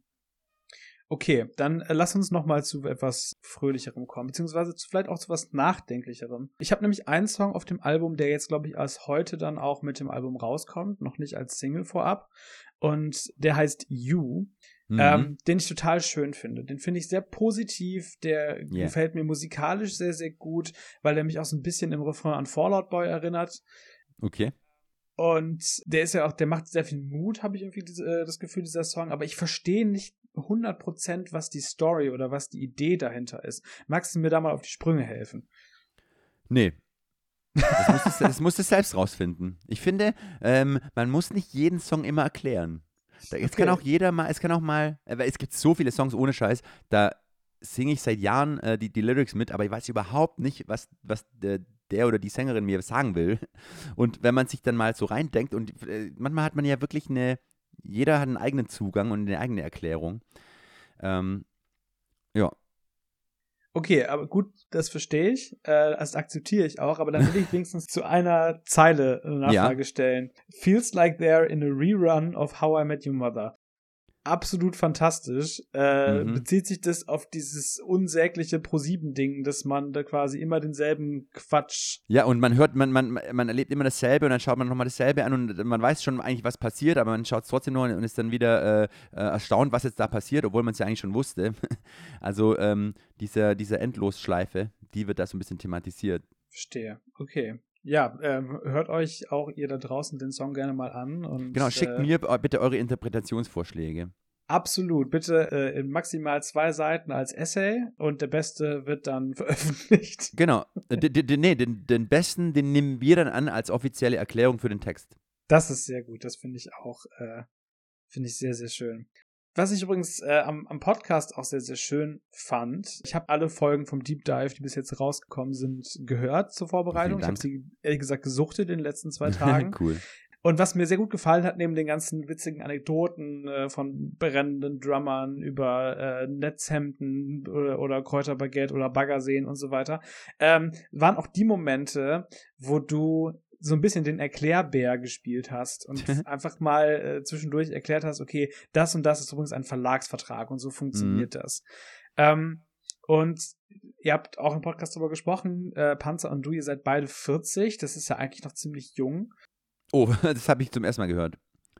Speaker 2: Okay, dann äh, lass uns noch mal zu etwas Fröhlicherem kommen, beziehungsweise zu, vielleicht auch zu was Nachdenklicherem. Ich habe nämlich einen Song auf dem Album, der jetzt, glaube ich, als heute dann auch mit dem Album rauskommt, noch nicht als Single vorab, und der heißt You,
Speaker 1: Mhm.
Speaker 2: ähm, den ich total schön finde. Den finde ich sehr positiv, der
Speaker 1: Yeah.
Speaker 2: gefällt mir musikalisch sehr, sehr gut, weil er mich auch so ein bisschen im Refrain an Fall Out Boy erinnert.
Speaker 1: Okay.
Speaker 2: Und der ist ja auch, der macht sehr viel Mut, habe ich irgendwie diese, äh, das Gefühl, dieser Song. Aber ich verstehe nicht hundert Prozent, was die Story oder was die Idee dahinter ist. Magst du mir da mal auf die Sprünge helfen?
Speaker 1: Nee. Das musst du, das musst du selbst rausfinden. Ich finde, ähm, man muss nicht jeden Song immer erklären. Da, es
Speaker 2: Okay.
Speaker 1: kann auch jeder mal, es kann auch mal, äh, weil es gibt so viele Songs ohne Scheiß, da singe ich seit Jahren äh, die, die Lyrics mit, aber ich weiß überhaupt nicht, was, was der, der oder die Sängerin mir sagen will. Und wenn man sich dann mal so reindenkt und äh, manchmal hat man ja wirklich eine, jeder hat einen eigenen Zugang und eine eigene Erklärung. Ähm, ja.
Speaker 2: Okay, aber gut, das verstehe ich. Äh, das akzeptiere ich auch. Aber dann will ich wenigstens zu einer Zeile eine Nachfrage
Speaker 1: Ja.
Speaker 2: stellen. Feels like they're in a rerun of How I Met Your Mother. Absolut fantastisch. Äh,
Speaker 1: Mhm.
Speaker 2: bezieht sich das auf dieses unsägliche Pro sieben Ding, dass man da quasi immer denselben Quatsch.
Speaker 1: Ja, und man hört, man, man, man erlebt immer dasselbe und dann schaut man nochmal dasselbe an und man weiß schon eigentlich, was passiert, aber man schaut es trotzdem noch und ist dann wieder äh, äh, erstaunt, was jetzt da passiert, obwohl man es ja eigentlich schon wusste. Also ähm, dieser, diese Endlosschleife, die wird da so ein bisschen thematisiert.
Speaker 2: Verstehe. Okay. Ja, ähm, hört euch auch ihr da draußen den Song gerne mal an. Und,
Speaker 1: Genau, schickt
Speaker 2: äh,
Speaker 1: mir bitte eure Interpretationsvorschläge.
Speaker 2: Absolut. Bitte äh, in maximal zwei Seiten als Essay und der beste wird dann veröffentlicht.
Speaker 1: Genau. D -d -d nee, den, den besten, den nehmen wir dann an als offizielle Erklärung für den Text.
Speaker 2: Das ist sehr gut. Das finde ich auch, äh, finde ich sehr, sehr schön. Was ich übrigens äh, am, am Podcast auch sehr, sehr schön fand, ich habe alle Folgen vom Deep Dive, die bis jetzt rausgekommen sind, gehört zur Vorbereitung. Ich habe sie ehrlich gesagt gesuchtet in den letzten zwei Tagen.
Speaker 1: Cool.
Speaker 2: Und was mir sehr gut gefallen hat, neben den ganzen witzigen Anekdoten äh, von brennenden Drummern über äh, Netzhemden oder, oder Kräuterbaguette oder Baggerseen und so weiter, ähm, waren auch die Momente, wo du so ein bisschen den Erklärbär gespielt hast und einfach mal äh, zwischendurch erklärt hast, okay, das und das ist übrigens ein Verlagsvertrag und so funktioniert mhm. das. Ähm, und ihr habt auch im Podcast darüber gesprochen, äh, Panzer und du, ihr seid beide vierzig, das ist ja eigentlich noch ziemlich jung.
Speaker 1: Oh, das habe ich zum ersten Mal gehört.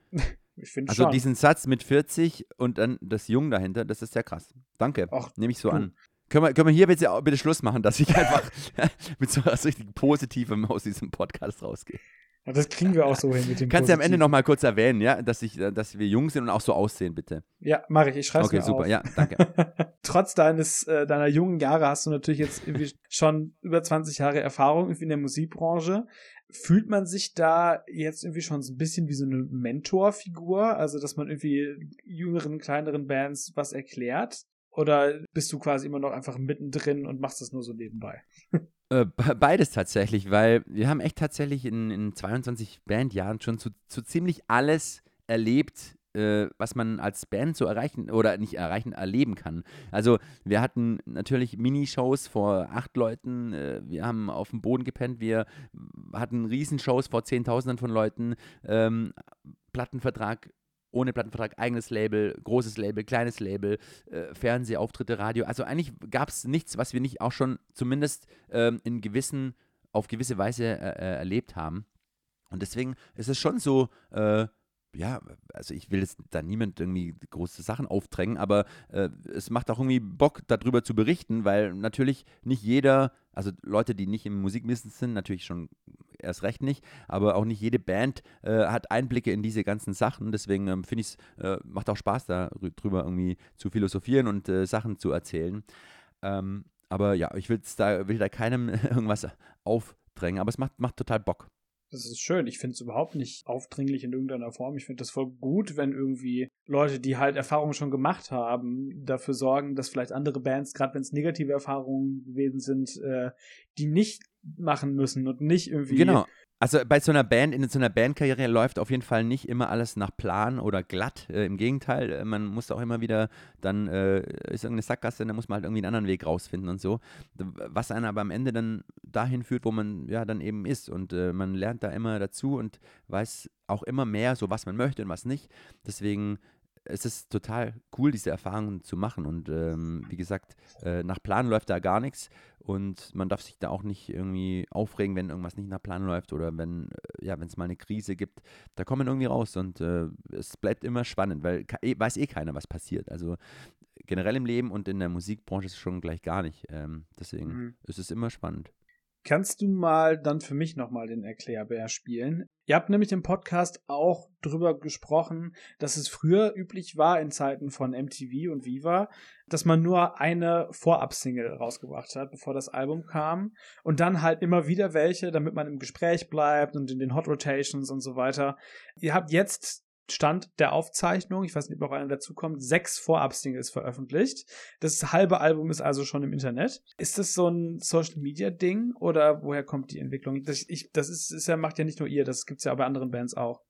Speaker 2: Ich finde
Speaker 1: Also
Speaker 2: schon.
Speaker 1: diesen Satz mit vierzig und dann das Jung dahinter, das ist sehr krass. Danke, nehme ich so du. an. Können wir, können wir hier bitte, bitte Schluss machen, dass ich einfach mit so was richtig Positivem aus diesem Podcast rausgehe?
Speaker 2: Ja, das kriegen wir auch so hin mit dem
Speaker 1: Kannst du am Ende noch mal kurz erwähnen, ja, dass, ich, dass wir jung sind und auch so aussehen, bitte.
Speaker 2: Ja, mache ich. Ich schreibe es
Speaker 1: okay,
Speaker 2: mir
Speaker 1: super.
Speaker 2: auf.
Speaker 1: Ja, danke.
Speaker 2: Trotz deines, äh, deiner jungen Jahre hast du natürlich jetzt irgendwie schon über zwanzig Jahre Erfahrung irgendwie in der Musikbranche. Fühlt man sich da jetzt irgendwie schon so ein bisschen wie so eine Mentorfigur? Also, dass man irgendwie jüngeren, kleineren Bands was erklärt? Oder bist du quasi immer noch einfach mittendrin und machst das nur so nebenbei?
Speaker 1: Äh, beides tatsächlich, weil wir haben echt tatsächlich in, in zweiundzwanzig Bandjahren schon zu, zu ziemlich alles erlebt, äh, was man als Band so erreichen oder nicht erreichen, erleben kann. Also wir hatten natürlich Minishows vor acht Leuten, äh, wir haben auf dem Boden gepennt, wir hatten Riesenshows vor Zehntausenden von Leuten, ähm, Plattenvertrag ohne Plattenvertrag, eigenes Label, großes Label, kleines Label, äh, Fernsehauftritte, Radio. Also eigentlich gab es nichts, was wir nicht auch schon zumindest ähm, in gewissen, auf gewisse Weise äh, äh, erlebt haben. Und deswegen ist es schon so, äh, ja, also ich will jetzt da niemand irgendwie große Sachen aufdrängen, aber äh, es macht auch irgendwie Bock, darüber zu berichten, weil natürlich nicht jeder, also Leute, die nicht im Musikbusiness sind, natürlich schon erst recht nicht, aber auch nicht jede Band äh, hat Einblicke in diese ganzen Sachen. Deswegen ähm, finde ich es, äh, macht auch Spaß, darüber irgendwie zu philosophieren und äh, Sachen zu erzählen. Ähm, aber ja, ich will's da, will da keinem irgendwas aufdrängen, aber es macht, macht total Bock.
Speaker 2: Das ist schön. Ich finde es überhaupt nicht aufdringlich in irgendeiner Form. Ich finde das voll gut, wenn irgendwie Leute, die halt Erfahrungen schon gemacht haben, dafür sorgen, dass vielleicht andere Bands, gerade wenn es negative Erfahrungen gewesen sind, äh, die nicht machen müssen und nicht irgendwie.
Speaker 1: Genau. Also bei so einer Band, in so einer Bandkarriere läuft auf jeden Fall nicht immer alles nach Plan oder glatt. Äh, Im Gegenteil, äh, man muss auch immer wieder, dann äh, ist irgendeine Sackgasse, dann muss man halt irgendwie einen anderen Weg rausfinden und so. Was einen aber am Ende dann dahin führt, wo man ja dann eben ist. Und äh, man lernt da immer dazu und weiß auch immer mehr, so was man möchte und was nicht. Deswegen es ist total cool, diese Erfahrungen zu machen. Und ähm, wie gesagt, äh, nach Plan läuft da gar nichts. Und man darf sich da auch nicht irgendwie aufregen, wenn irgendwas nicht nach Plan läuft oder wenn äh, ja, wenn es mal eine Krise gibt. Da kommt man irgendwie raus und äh, es bleibt immer spannend, weil ka- eh, weiß eh keiner, was passiert. Also generell im Leben und in der Musikbranche ist es schon gleich gar nicht. Ähm, deswegen
Speaker 2: Mhm.
Speaker 1: ist es immer spannend.
Speaker 2: Kannst du mal dann für mich nochmal den Erklärbär spielen? Ihr habt nämlich im Podcast auch drüber gesprochen, dass es früher üblich war in Zeiten von M T V und Viva, dass man nur eine Vorab-Single rausgebracht hat, bevor das Album kam und dann halt immer wieder welche, damit man im Gespräch bleibt und in den Hot Rotations und so weiter. Ihr habt jetzt Stand der Aufzeichnung, ich weiß nicht, ob noch einer dazukommt, sechs Vorab-Singles veröffentlicht. Das halbe Album ist also schon im Internet. Ist das so ein Social-Media-Ding oder woher kommt die Entwicklung? Das, ich, das ist, ist ja, macht ja nicht nur ihr, das gibt's ja bei anderen Bands auch.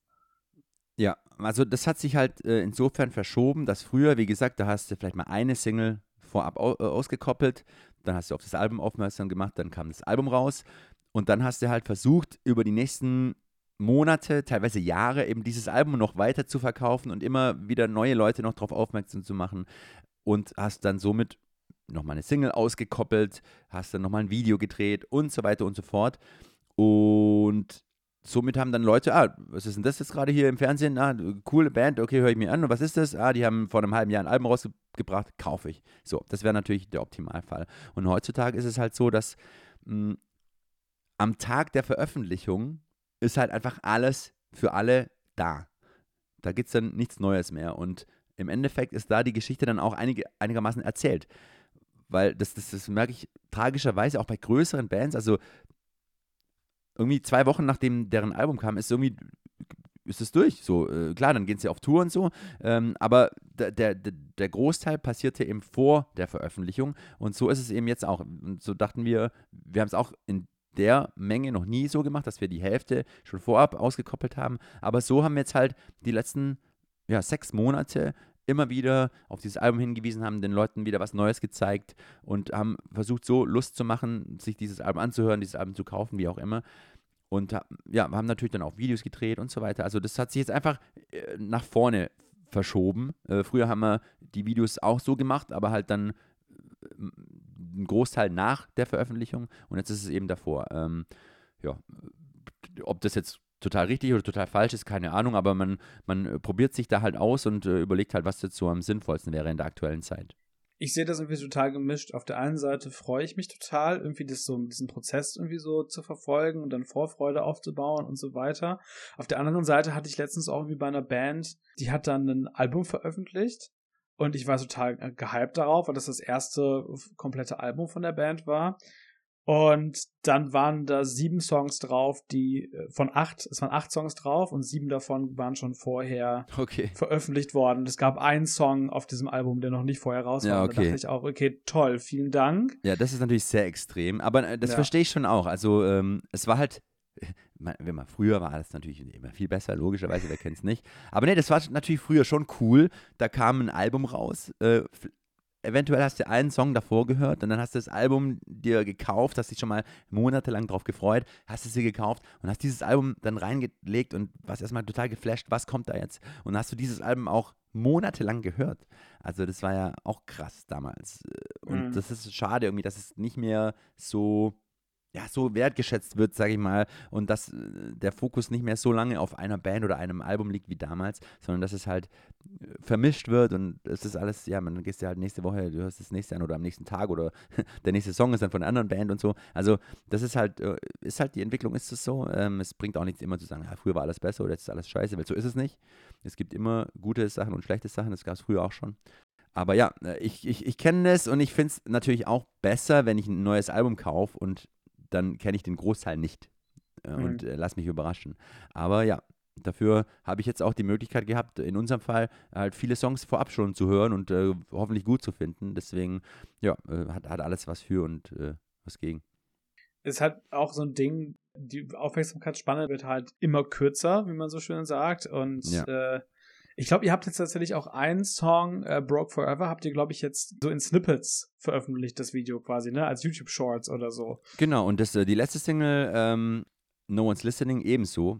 Speaker 1: Ja, also das hat sich halt äh, insofern verschoben, dass früher, wie gesagt, da hast du vielleicht mal eine Single vorab au äh, ausgekoppelt, dann hast du auf das Album aufmerksam gemacht, dann kam das Album raus und dann hast du halt versucht, über die nächsten Monate, teilweise Jahre, eben dieses Album noch weiter zu verkaufen und immer wieder neue Leute noch darauf aufmerksam zu machen und hast dann somit nochmal eine Single ausgekoppelt, hast dann nochmal ein Video gedreht und so weiter und so fort. Und somit haben dann Leute, ah, was ist denn das jetzt gerade hier im Fernsehen? Ah, coole Band, okay, höre ich mir an. Und was ist das? Ah, die haben vor einem halben Jahr ein Album rausgebracht, kaufe ich. So, das wäre natürlich der Optimalfall. Und heutzutage ist es halt so, dass mh, am Tag der Veröffentlichung ist halt einfach alles für alle da. Da gibt es dann nichts Neues mehr. Und im Endeffekt ist da die Geschichte dann auch einige, einigermaßen erzählt. Weil das, das, das merke ich tragischerweise auch bei größeren Bands. Also irgendwie zwei Wochen nachdem deren Album kam, ist irgendwie ist es durch. So, äh, klar, dann gehen sie auf Tour und so, ähm, aber der, der, der Großteil passierte eben vor der Veröffentlichung und so ist es eben jetzt auch. Und so dachten wir, wir haben es auch in der Menge noch nie so gemacht, dass wir die Hälfte schon vorab ausgekoppelt haben, aber so haben wir jetzt halt die letzten ja, sechs Monate immer wieder auf dieses Album hingewiesen, haben den Leuten wieder was Neues gezeigt und haben versucht, so Lust zu machen, sich dieses Album anzuhören, dieses Album zu kaufen, wie auch immer. Und ja, haben natürlich dann auch Videos gedreht und so weiter. Also das hat sich jetzt einfach äh, nach vorne verschoben. Äh, früher haben wir die Videos auch so gemacht, aber halt dann äh, ein Großteil nach der Veröffentlichung und jetzt ist es eben davor. Ähm, ja, ob das jetzt total richtig oder total falsch ist, keine Ahnung, aber man, man probiert sich da halt aus und äh, überlegt halt, was jetzt so am sinnvollsten wäre in der aktuellen Zeit.
Speaker 2: Ich sehe das irgendwie total gemischt. Auf der einen Seite freue ich mich total, irgendwie das so, diesen Prozess irgendwie so zu verfolgen und dann Vorfreude aufzubauen und so weiter. Auf der anderen Seite hatte ich letztens auch irgendwie bei einer Band, die hat dann ein Album veröffentlicht und ich war total gehypt darauf, weil das das erste komplette Album von der Band war. Und dann waren da sieben Songs drauf, die von acht, es waren acht Songs drauf und sieben davon waren schon vorher
Speaker 1: okay.
Speaker 2: veröffentlicht worden. Es gab einen Song auf diesem Album, der noch nicht vorher raus war.
Speaker 1: Ja, okay.
Speaker 2: Und da dachte ich auch, okay, toll, vielen Dank.
Speaker 1: Ja, das ist natürlich sehr extrem, aber äh, das
Speaker 2: Ja.
Speaker 1: verstehe ich schon auch. Also ähm, es war halt, wenn man früher war alles natürlich immer viel besser, logischerweise, wer kennt es nicht. Aber nee, das war natürlich früher schon cool. Da kam ein Album raus, äh, eventuell hast du einen Song davor gehört und dann hast du das Album dir gekauft, hast dich schon mal monatelang drauf gefreut, hast es dir gekauft und hast dieses Album dann reingelegt und warst erstmal total geflasht, was kommt da jetzt? Und dann hast du dieses Album auch monatelang gehört. Also das war ja auch krass damals. Und
Speaker 2: Mhm.
Speaker 1: das ist schade irgendwie, dass es nicht mehr so, ja, so wertgeschätzt wird, sage ich mal, und dass äh, der Fokus nicht mehr so lange auf einer Band oder einem Album liegt wie damals, sondern dass es halt äh, vermischt wird und es ist alles, ja, man gehst ja halt nächste Woche, du hörst das nächste an oder am nächsten Tag oder der nächste Song ist dann von einer anderen Band und so. Also das ist halt, äh, ist halt die Entwicklung, ist es so. Ähm, es bringt auch nichts immer zu sagen, ja, früher war alles besser oder jetzt ist alles scheiße, weil so ist es nicht. Es gibt immer gute Sachen und schlechte Sachen, das gab es früher auch schon. Aber ja, äh, ich, ich, ich kenne das und ich finde es natürlich auch besser, wenn ich ein neues Album kaufe und dann kenne ich den Großteil nicht äh, und
Speaker 2: Mhm.
Speaker 1: äh, lass mich überraschen. Aber ja, dafür habe ich jetzt auch die Möglichkeit gehabt, in unserem Fall halt viele Songs vorab schon zu hören und äh, hoffentlich gut zu finden. Deswegen, ja, äh, hat, hat alles was für und äh, was gegen.
Speaker 2: Ist halt auch so ein Ding, die Aufmerksamkeitsspanne wird halt immer kürzer, wie man so schön sagt. Und
Speaker 1: Ja.
Speaker 2: äh, ich glaube, ihr habt jetzt tatsächlich auch einen Song, äh, Broke Forever, habt ihr, glaube ich, jetzt so in Snippets veröffentlicht, das Video quasi, ne? Als YouTube-Shorts oder so.
Speaker 1: Genau, und das, äh, die letzte Single, ähm, No One's Listening, ebenso.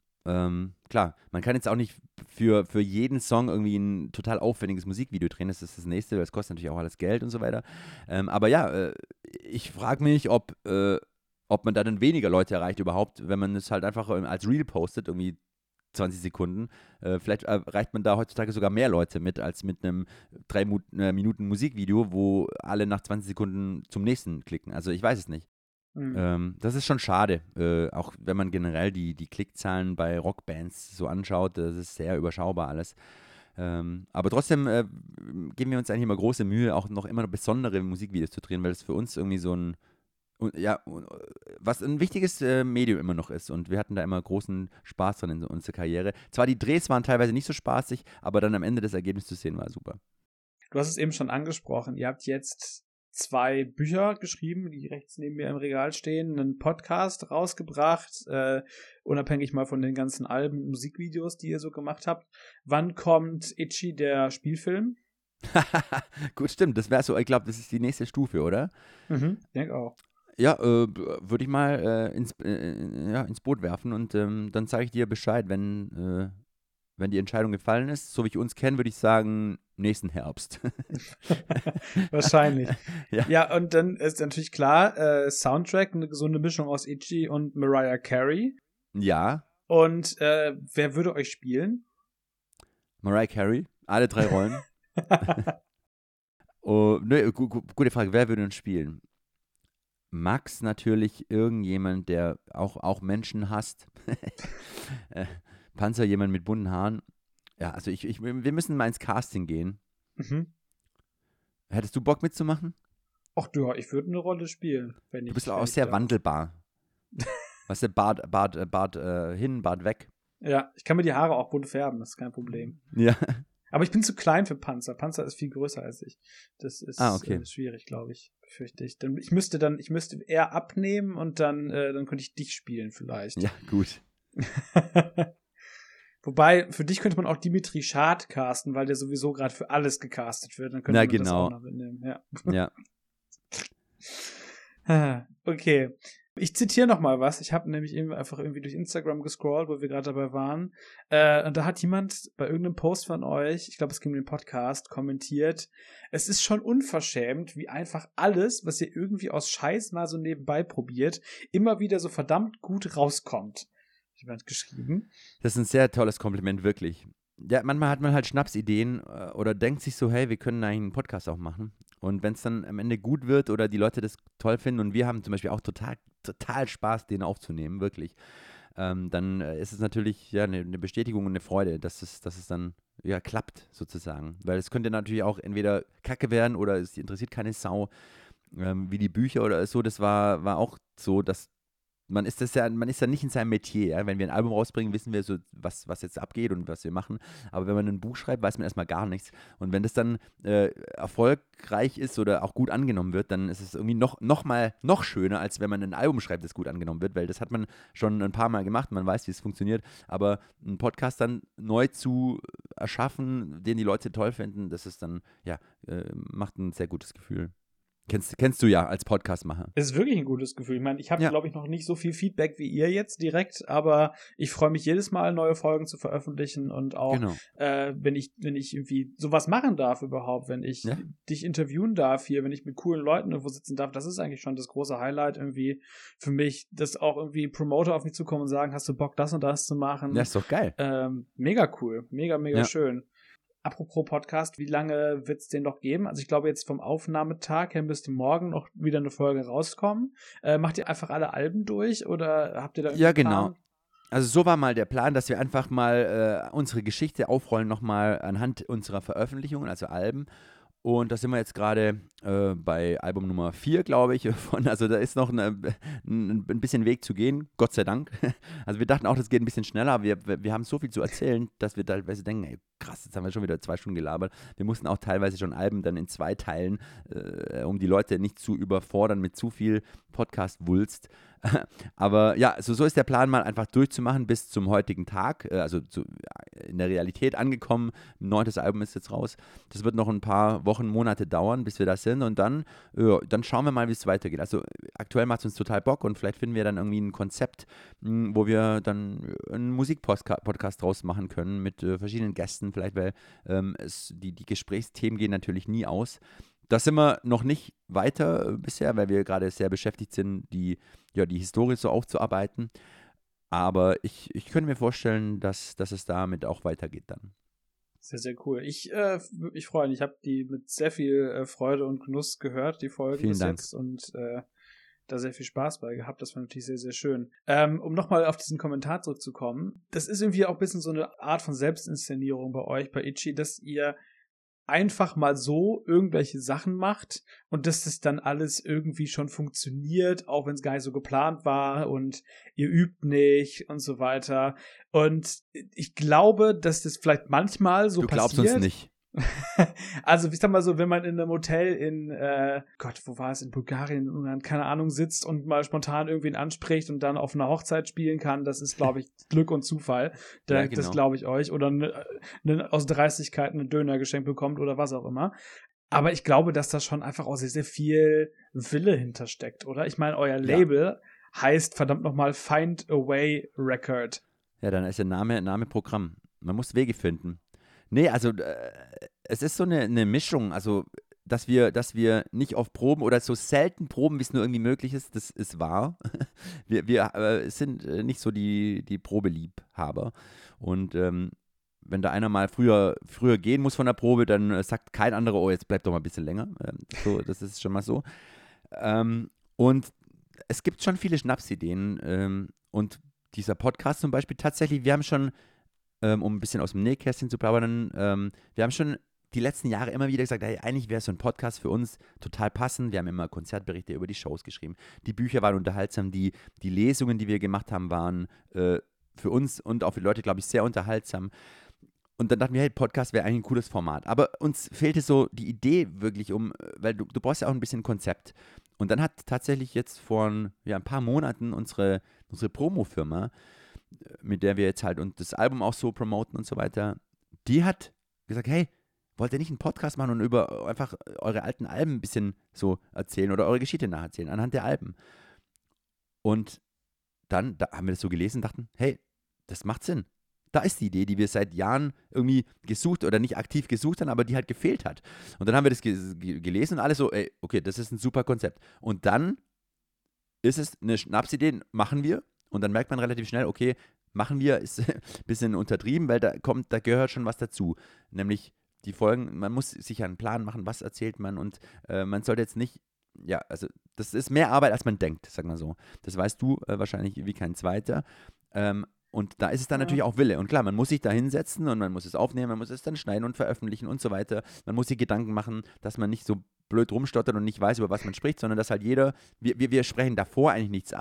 Speaker 1: Ähm, klar, man kann jetzt auch nicht für, für jeden Song irgendwie ein total aufwendiges Musikvideo drehen, das ist das nächste, weil es kostet natürlich auch alles Geld und so weiter. Ähm, aber ja, äh, ich frage mich, ob, äh, ob man da dann weniger Leute erreicht überhaupt, wenn man es halt einfach ähm, als Reel postet, irgendwie zwanzig Sekunden. Äh, vielleicht erreicht man da heutzutage sogar mehr Leute mit, als mit einem drei Mu- äh, Minuten Musikvideo, wo alle nach zwanzig Sekunden zum nächsten klicken. Also ich weiß es nicht.
Speaker 2: Mhm.
Speaker 1: Ähm, das ist schon schade, äh, auch wenn man generell die, die Klickzahlen bei Rockbands so anschaut, das ist sehr überschaubar alles. Ähm, aber trotzdem äh, geben wir uns eigentlich immer große Mühe, auch noch immer besondere Musikvideos zu drehen, weil das für uns irgendwie so ein, und, ja, und, äh, was ein wichtiges äh, Medium immer noch ist. Und wir hatten da immer großen Spaß dran in so unserer Karriere. Zwar die Drehs waren teilweise nicht so spaßig, aber dann am Ende das Ergebnis zu sehen war super.
Speaker 2: Du hast es eben schon angesprochen. Ihr habt jetzt zwei Bücher geschrieben, die rechts neben mir im Regal stehen, einen Podcast rausgebracht, äh, unabhängig mal von den ganzen Alben und Musikvideos, die ihr so gemacht habt. Wann kommt Itchy, der Spielfilm?
Speaker 1: Gut, stimmt. Das wäre so, ich glaube, das ist die nächste Stufe, oder?
Speaker 2: Mhm, ich denke auch.
Speaker 1: Ja, äh, würde ich mal äh, ins, äh, ja, ins Boot werfen und ähm, dann sage ich dir Bescheid, wenn, äh, wenn die Entscheidung gefallen ist. So wie ich uns kenne, würde ich sagen, nächsten Herbst.
Speaker 2: Wahrscheinlich.
Speaker 1: Ja.
Speaker 2: Ja, und dann ist natürlich klar, äh, Soundtrack, eine gesunde Mischung aus Itchy und Mariah Carey.
Speaker 1: Ja,
Speaker 2: Und äh, wer würde euch spielen?
Speaker 1: Mariah Carey, alle drei Rollen. Oh, ne, gu gu gute Frage, wer würde uns spielen? Max natürlich irgendjemand, der auch, auch Menschen hasst. äh, Panzer, jemand mit bunten Haaren. Ja, also ich, ich, wir müssen mal ins Casting gehen.
Speaker 2: Mhm.
Speaker 1: Hättest du Bock mitzumachen?
Speaker 2: Ach ja, ich würde eine Rolle spielen, wenn
Speaker 1: Du bist
Speaker 2: ich,
Speaker 1: auch
Speaker 2: wenn ich
Speaker 1: sehr
Speaker 2: darf.
Speaker 1: wandelbar. Weißt du, Bart, Bart, äh, Bart äh, hin, Bart weg.
Speaker 2: Ja, ich kann mir die Haare auch bunt färben, das ist kein Problem.
Speaker 1: Ja.
Speaker 2: Aber ich bin zu klein für Panzer. Panzer ist viel größer als ich. Das ist
Speaker 1: Ah, okay.
Speaker 2: äh, schwierig, glaube ich, befürchte ich. Dann, ich müsste dann, ich müsste eher abnehmen und dann, äh, dann könnte ich dich spielen vielleicht.
Speaker 1: Ja, gut.
Speaker 2: Wobei, für dich könnte man auch Dimitri Schad casten, weil der sowieso gerade für alles gecastet wird. Dann könnte
Speaker 1: Na,
Speaker 2: man
Speaker 1: genau.
Speaker 2: das auch noch mitnehmen. Ja.
Speaker 1: Ja.
Speaker 2: Okay. Ich zitiere noch mal was. Ich habe nämlich eben einfach irgendwie durch Instagram gescrollt, wo wir gerade dabei waren. Äh, und da hat jemand bei irgendeinem Post von euch, ich glaube, es ging um den Podcast, kommentiert, es ist schon unverschämt, wie einfach alles, was ihr irgendwie aus Scheiß mal so nebenbei probiert, immer wieder so verdammt gut rauskommt. Hat jemand geschrieben.
Speaker 1: Das ist ein sehr tolles Kompliment, wirklich. Ja, manchmal hat man halt Schnapsideen äh, oder denkt sich so, hey, wir können eigentlich einen Podcast auch machen. Und wenn es dann am Ende gut wird oder die Leute das toll finden und wir haben zum Beispiel auch total, total Spaß, den aufzunehmen, wirklich, ähm, dann äh, ist es natürlich ja eine, eine Bestätigung und eine Freude, dass es, dass es dann ja klappt, sozusagen. Weil es könnte natürlich auch entweder Kacke werden oder es interessiert keine Sau, ähm, wie die Bücher oder so. Das war, war auch so, dass man ist das ja, man ist ja nicht in seinem Metier. Ja? Wenn wir ein Album rausbringen, wissen wir so, was, was jetzt abgeht und was wir machen. Aber wenn man ein Buch schreibt, weiß man erstmal gar nichts. Und wenn das dann äh, erfolgreich ist oder auch gut angenommen wird, dann ist es irgendwie noch, noch mal noch schöner, als wenn man ein Album schreibt, das gut angenommen wird, weil das hat man schon ein paar Mal gemacht, man weiß, wie es funktioniert. Aber einen Podcast dann neu zu erschaffen, den die Leute toll finden, das ist dann, ja, äh, macht ein sehr gutes Gefühl. Kennst, kennst du ja als Podcastmacher.
Speaker 2: Es ist wirklich ein gutes Gefühl. Ich meine, ich habe,
Speaker 1: Ja.
Speaker 2: glaube ich, noch nicht so viel Feedback wie ihr jetzt direkt, aber ich freue mich jedes Mal, neue Folgen zu veröffentlichen und auch,
Speaker 1: Genau.
Speaker 2: äh, wenn ich, wenn ich irgendwie sowas machen darf überhaupt, wenn ich
Speaker 1: Ja.
Speaker 2: dich interviewen darf hier, wenn ich mit coolen Leuten irgendwo sitzen darf, das ist eigentlich schon das große Highlight irgendwie für mich, dass auch irgendwie Promoter auf mich zukommen und sagen, hast du Bock, das und das zu machen?
Speaker 1: Ja, ist doch geil.
Speaker 2: Ähm, mega cool, mega, mega
Speaker 1: Ja.
Speaker 2: schön. Apropos Podcast, wie lange wird es den noch geben? Also ich glaube jetzt vom Aufnahmetag her müsste morgen noch wieder eine Folge rauskommen. Äh, macht ihr einfach alle Alben durch oder habt ihr da
Speaker 1: Ja,
Speaker 2: irgendwie einen
Speaker 1: genau.
Speaker 2: Plan?
Speaker 1: Also so war mal der Plan, dass wir einfach mal äh, unsere Geschichte aufrollen, nochmal anhand unserer Veröffentlichungen, also Alben. Und da sind wir jetzt gerade äh, bei Album Nummer vier, glaube ich. Von, also da ist noch eine, ein, ein bisschen Weg zu gehen, Gott sei Dank. Also wir dachten auch, das geht ein bisschen schneller, aber wir, wir haben so viel zu erzählen, dass wir teilweise denken, ey, krass, jetzt haben wir schon wieder zwei Stunden gelabert. Wir mussten auch teilweise schon Alben dann in zwei teilen, äh, um die Leute nicht zu überfordern mit zu viel Podcast-Wulst. Aber ja, also so ist der Plan, mal einfach durchzumachen bis zum heutigen Tag, äh, also zu, in der Realität angekommen. Ein neuntes Album ist jetzt raus. Das wird noch ein paar Wochen, Monate dauern, bis wir das sind und dann, ja, dann schauen wir mal, wie es weitergeht. Also aktuell macht es uns total Bock und vielleicht finden wir dann irgendwie ein Konzept, mh, wo wir dann einen Musikpodcast draus machen können mit äh, verschiedenen Gästen, vielleicht, weil ähm, es, die, die Gesprächsthemen gehen natürlich nie aus. Da sind wir noch nicht weiter äh, bisher, weil wir gerade sehr beschäftigt sind, die, ja, die Historie so aufzuarbeiten. Aber ich, ich könnte mir vorstellen, dass, dass es damit auch weitergeht dann.
Speaker 2: Sehr, sehr cool. Ich, äh, würde mich freuen. Ich habe die mit sehr viel äh, Freude und Genuss gehört, die Folgen
Speaker 1: Vielen
Speaker 2: bis
Speaker 1: Dank.
Speaker 2: jetzt und äh, da sehr viel Spaß bei gehabt. Das war natürlich sehr, sehr schön. Ähm, um nochmal auf diesen Kommentar zurückzukommen. Das ist irgendwie auch ein bisschen so eine Art von Selbstinszenierung bei euch, bei Itchy, dass ihr einfach mal so irgendwelche Sachen macht und dass das dann alles irgendwie schon funktioniert, auch wenn es gar nicht so geplant war und ihr übt nicht und so weiter. Und ich glaube, dass das vielleicht manchmal so
Speaker 1: Du glaubst
Speaker 2: passiert.
Speaker 1: uns nicht.
Speaker 2: Also, ich sag mal so, wenn man in einem Hotel in, äh, Gott, wo war es, in Bulgarien, in Ungarn, keine Ahnung, sitzt und mal spontan irgendwen anspricht und dann auf einer Hochzeit spielen kann, das ist, glaube ich, Glück und Zufall. Da,
Speaker 1: Ja, genau.
Speaker 2: Das glaube ich euch. Oder ne, ne, aus Dreistigkeit einen Döner geschenkt bekommt oder was auch immer. Aber ich glaube, dass da schon einfach auch sehr, sehr viel Wille hintersteckt, oder? Ich meine, euer Label heißt verdammt nochmal Find a Way Record.
Speaker 1: Ja, dann ist der Name, Name Programm. Man muss Wege finden. Nee, also äh, es ist so eine, eine Mischung, also dass wir, dass wir nicht auf Proben oder so selten proben, wie es nur irgendwie möglich ist, das ist wahr. Wir, wir äh, sind äh, nicht so die, die Probeliebhaber. Und ähm, wenn da einer mal früher, früher gehen muss von der Probe, dann äh, sagt kein anderer, oh, jetzt bleib doch mal ein bisschen länger. Ähm, so, das ist schon mal so. Ähm, und es gibt schon viele Schnapsideen. Ähm, und dieser Podcast zum Beispiel, tatsächlich, wir haben schon Um ein bisschen aus dem Nähkästchen zu plaudern, ähm, wir haben schon die letzten Jahre immer wieder gesagt, hey, eigentlich wäre so ein Podcast für uns total passend. Wir haben immer Konzertberichte über die Shows geschrieben. Die Bücher waren unterhaltsam, die, die Lesungen, die wir gemacht haben, waren äh, für uns und auch für die Leute, glaube ich, sehr unterhaltsam. Und dann dachten wir, hey, Podcast wäre eigentlich ein cooles Format. Aber uns fehlte so die Idee wirklich um, weil du, du brauchst ja auch ein bisschen Konzept. Und dann hat tatsächlich jetzt vor ein, ja, ein paar Monaten unsere, unsere Promo-Firma, mit der wir jetzt halt und das Album auch so promoten und so weiter, die hat gesagt, hey, wollt ihr nicht einen Podcast machen und über einfach eure alten Alben ein bisschen so erzählen oder eure Geschichte nacherzählen anhand der Alben? Und dann da haben wir das so gelesen und dachten, hey, das macht Sinn. Da ist die Idee, die wir seit Jahren irgendwie gesucht oder nicht aktiv gesucht haben, aber die halt gefehlt hat. Und dann haben wir das ge- ge- gelesen und alle so, ey, okay, das ist ein super Konzept. Und dann ist es eine Schnapsidee, machen wir. Und dann merkt man relativ schnell, okay, machen wir, ist ein bisschen untertrieben, weil da kommt, da gehört schon was dazu. Nämlich die Folgen, man muss sich einen Plan machen, was erzählt man und äh, man sollte jetzt nicht, ja, also das ist mehr Arbeit, als man denkt, sag mal so. Das weißt du äh, wahrscheinlich wie kein Zweiter. Ähm, und da ist es dann
Speaker 2: Ja.
Speaker 1: natürlich auch Wille. Und klar, man muss sich da hinsetzen und man muss es aufnehmen, man muss es dann schneiden und veröffentlichen und so weiter. Man muss sich Gedanken machen, dass man nicht so blöd rumstottert und nicht weiß, über was man spricht, sondern dass halt jeder, wir, wir, wir sprechen davor eigentlich nichts ab.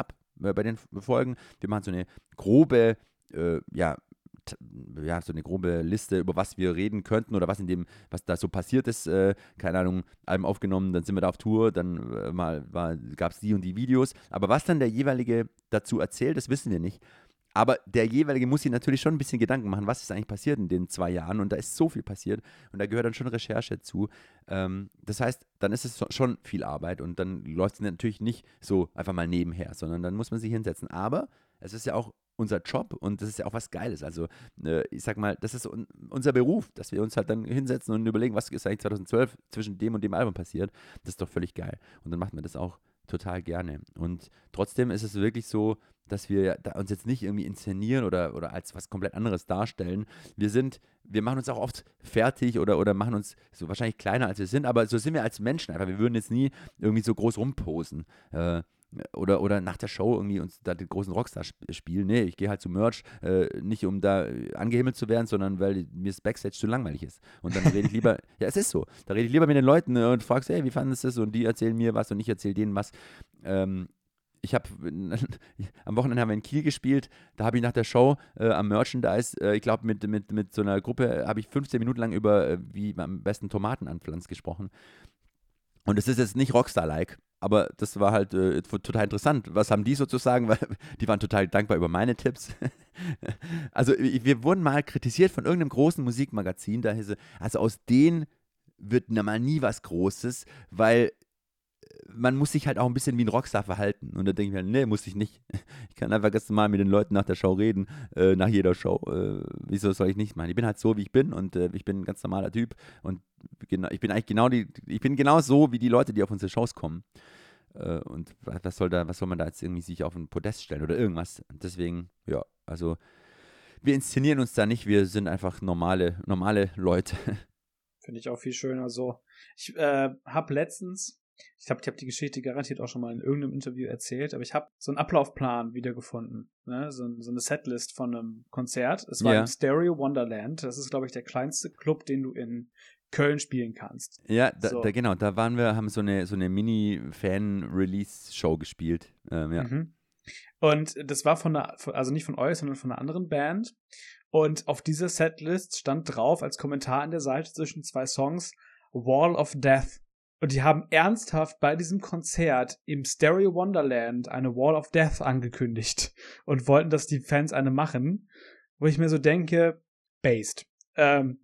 Speaker 1: äh, bei den Folgen. Wir machen so eine grobe, äh, ja, t- ja, so eine grobe Liste, über was wir reden könnten oder was in dem, was da so passiert ist. Äh, keine Ahnung, Alben aufgenommen, dann sind wir da auf Tour, dann äh, mal gab es die und die Videos. Aber was dann der jeweilige dazu erzählt, das wissen wir nicht. Aber der jeweilige muss sich natürlich schon ein bisschen Gedanken machen, was ist eigentlich passiert in den zwei Jahren. Und da ist so viel passiert und da gehört dann schon Recherche zu. Ähm, das heißt, dann ist es so- schon viel Arbeit und dann läuft es natürlich nicht so einfach mal nebenher, sondern dann muss man sich hinsetzen. Aber es ist ja auch unser Job und das ist ja auch was Geiles. Also äh, ich sag mal, das ist un unser Beruf, dass wir uns halt dann hinsetzen und überlegen, was ist eigentlich zwanzig zwölf zwischen dem und dem Album passiert. Das ist doch völlig geil. Und dann macht man das auch total gerne. Und trotzdem ist es wirklich so, dass wir da uns jetzt nicht irgendwie inszenieren oder, oder als was komplett anderes darstellen. Wir sind, wir machen uns auch oft fertig oder, oder machen uns so wahrscheinlich kleiner, als wir sind, aber so sind wir als Menschen einfach. Wir würden jetzt nie irgendwie so groß rumposen. Äh, oder, oder nach der Show irgendwie uns da den großen Rockstar sp spielen. Nee, ich gehe halt zum Merch, äh, nicht um da äh, angehimmelt zu werden, sondern weil mir das Backstage zu langweilig ist. Und dann rede ich lieber, ja, es ist so, da rede ich lieber mit den Leuten äh, und frage, hey, wie fanden sie das? Und die erzählen mir was und ich erzähle denen was. Ähm, ich habe, am Wochenende haben wir in Kiel gespielt, da habe ich nach der Show äh, am Merchandise, äh, ich glaube mit, mit, mit so einer Gruppe, habe ich fünfzehn Minuten lang über, äh, wie man am besten Tomaten anpflanzt gesprochen. Und es ist jetzt nicht Rockstar-like, aber das war halt äh, total interessant. Was haben die sozusagen? Weil die waren total dankbar über meine Tipps. Also wir wurden mal kritisiert von irgendeinem großen Musikmagazin, da hieß es, also aus denen wird na mal nie was Großes, weil man muss sich halt auch ein bisschen wie ein Rockstar verhalten. Und da denke ich mir, nee, muss ich nicht. Ich kann einfach ganz normal mit den Leuten nach der Show reden, äh, nach jeder Show. Äh, wieso soll ich nicht machen? Ich bin halt so, wie ich bin und äh, ich bin ein ganz normaler Typ und genau, ich bin eigentlich genau die, ich bin genau so wie die Leute, die auf unsere Shows kommen. Äh, und was soll da, was soll man da jetzt irgendwie sich auf ein Podest stellen oder irgendwas? Deswegen, ja, also wir inszenieren uns da nicht, wir sind einfach normale, normale Leute.
Speaker 2: Finde ich auch viel schöner so. Ich äh, habe letztens, ich glaube, ich habe die Geschichte garantiert auch schon mal in irgendeinem Interview erzählt, aber ich habe so einen Ablaufplan wiedergefunden, ne? so, so eine Setlist von einem Konzert. Es war
Speaker 1: Ja.
Speaker 2: im Stereo Wonderland. Das ist, glaube ich, der kleinste Club, den du in Köln spielen kannst.
Speaker 1: Ja, da,
Speaker 2: So.
Speaker 1: da, genau, da waren wir, haben so eine, so eine Mini-Fan-Release-Show gespielt. Ähm, ja.
Speaker 2: Mhm. Und das war von einer, also nicht von euch, sondern von einer anderen Band. Und auf dieser Setlist stand drauf als Kommentar an der Seite zwischen zwei Songs Wall of Death. Und die haben ernsthaft bei diesem Konzert im Stereo Wonderland eine Wall of Death angekündigt und wollten, dass die Fans eine machen, wo ich mir so denke, based. Ähm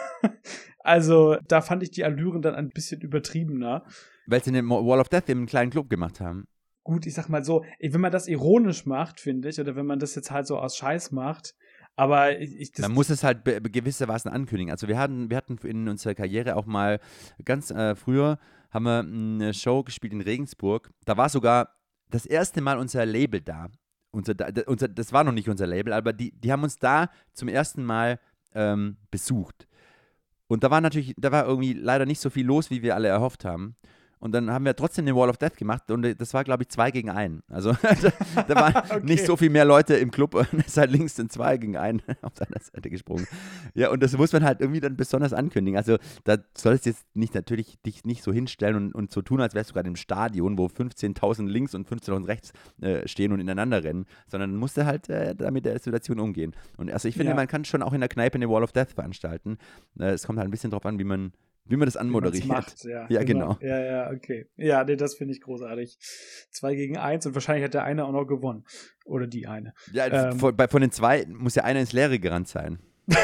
Speaker 2: also da fand ich die Allüren dann ein bisschen übertriebener.
Speaker 1: Weil sie eine Wall of Death im kleinen Club gemacht haben.
Speaker 2: Gut, ich sag mal so, wenn man das ironisch macht, finde ich, oder wenn man das jetzt halt so aus Scheiß macht, aber ich, ich das
Speaker 1: Man muss es halt be gewissermaßen ankündigen. Also wir hatten, wir hatten in unserer Karriere auch mal ganz äh, früher, haben wir eine Show gespielt in Regensburg. Da war sogar das erste Mal unser Label da. Unser, unser, das war noch nicht unser Label, aber die, die haben uns da zum ersten Mal ähm, besucht. Und da war natürlich, da war irgendwie leider nicht so viel los, wie wir alle erhofft haben. Und dann haben wir trotzdem den Wall of Death gemacht und das war, glaube ich, zwei gegen einen. Also da, da waren
Speaker 2: Okay.
Speaker 1: nicht so viel mehr Leute im Club und es ist halt links in zwei gegen einen auf seiner Seite gesprungen. Ja, und das muss man halt irgendwie dann besonders ankündigen. Also da sollst du jetzt nicht natürlich dich nicht so hinstellen und, und so tun, als wärst du gerade im Stadion, wo fünfzehntausend links und fünfzehntausend rechts äh, stehen und ineinander rennen, sondern musst du halt äh, da mit der Situation umgehen. Und also ich finde,
Speaker 2: Ja.
Speaker 1: man kann schon auch in der Kneipe eine Wall of Death veranstalten. Äh, es kommt halt ein bisschen drauf an, wie man Wie man das anmoderiert.
Speaker 2: Wie man's macht, ja,
Speaker 1: Ja, genau.
Speaker 2: Ja, ja, okay. Ja, nee, das finde ich großartig. Zwei gegen eins und wahrscheinlich hat der eine auch noch gewonnen. Oder die eine.
Speaker 1: Ja,
Speaker 2: Ähm.
Speaker 1: von, bei, von den zwei muss ja einer ins Leere gerannt sein.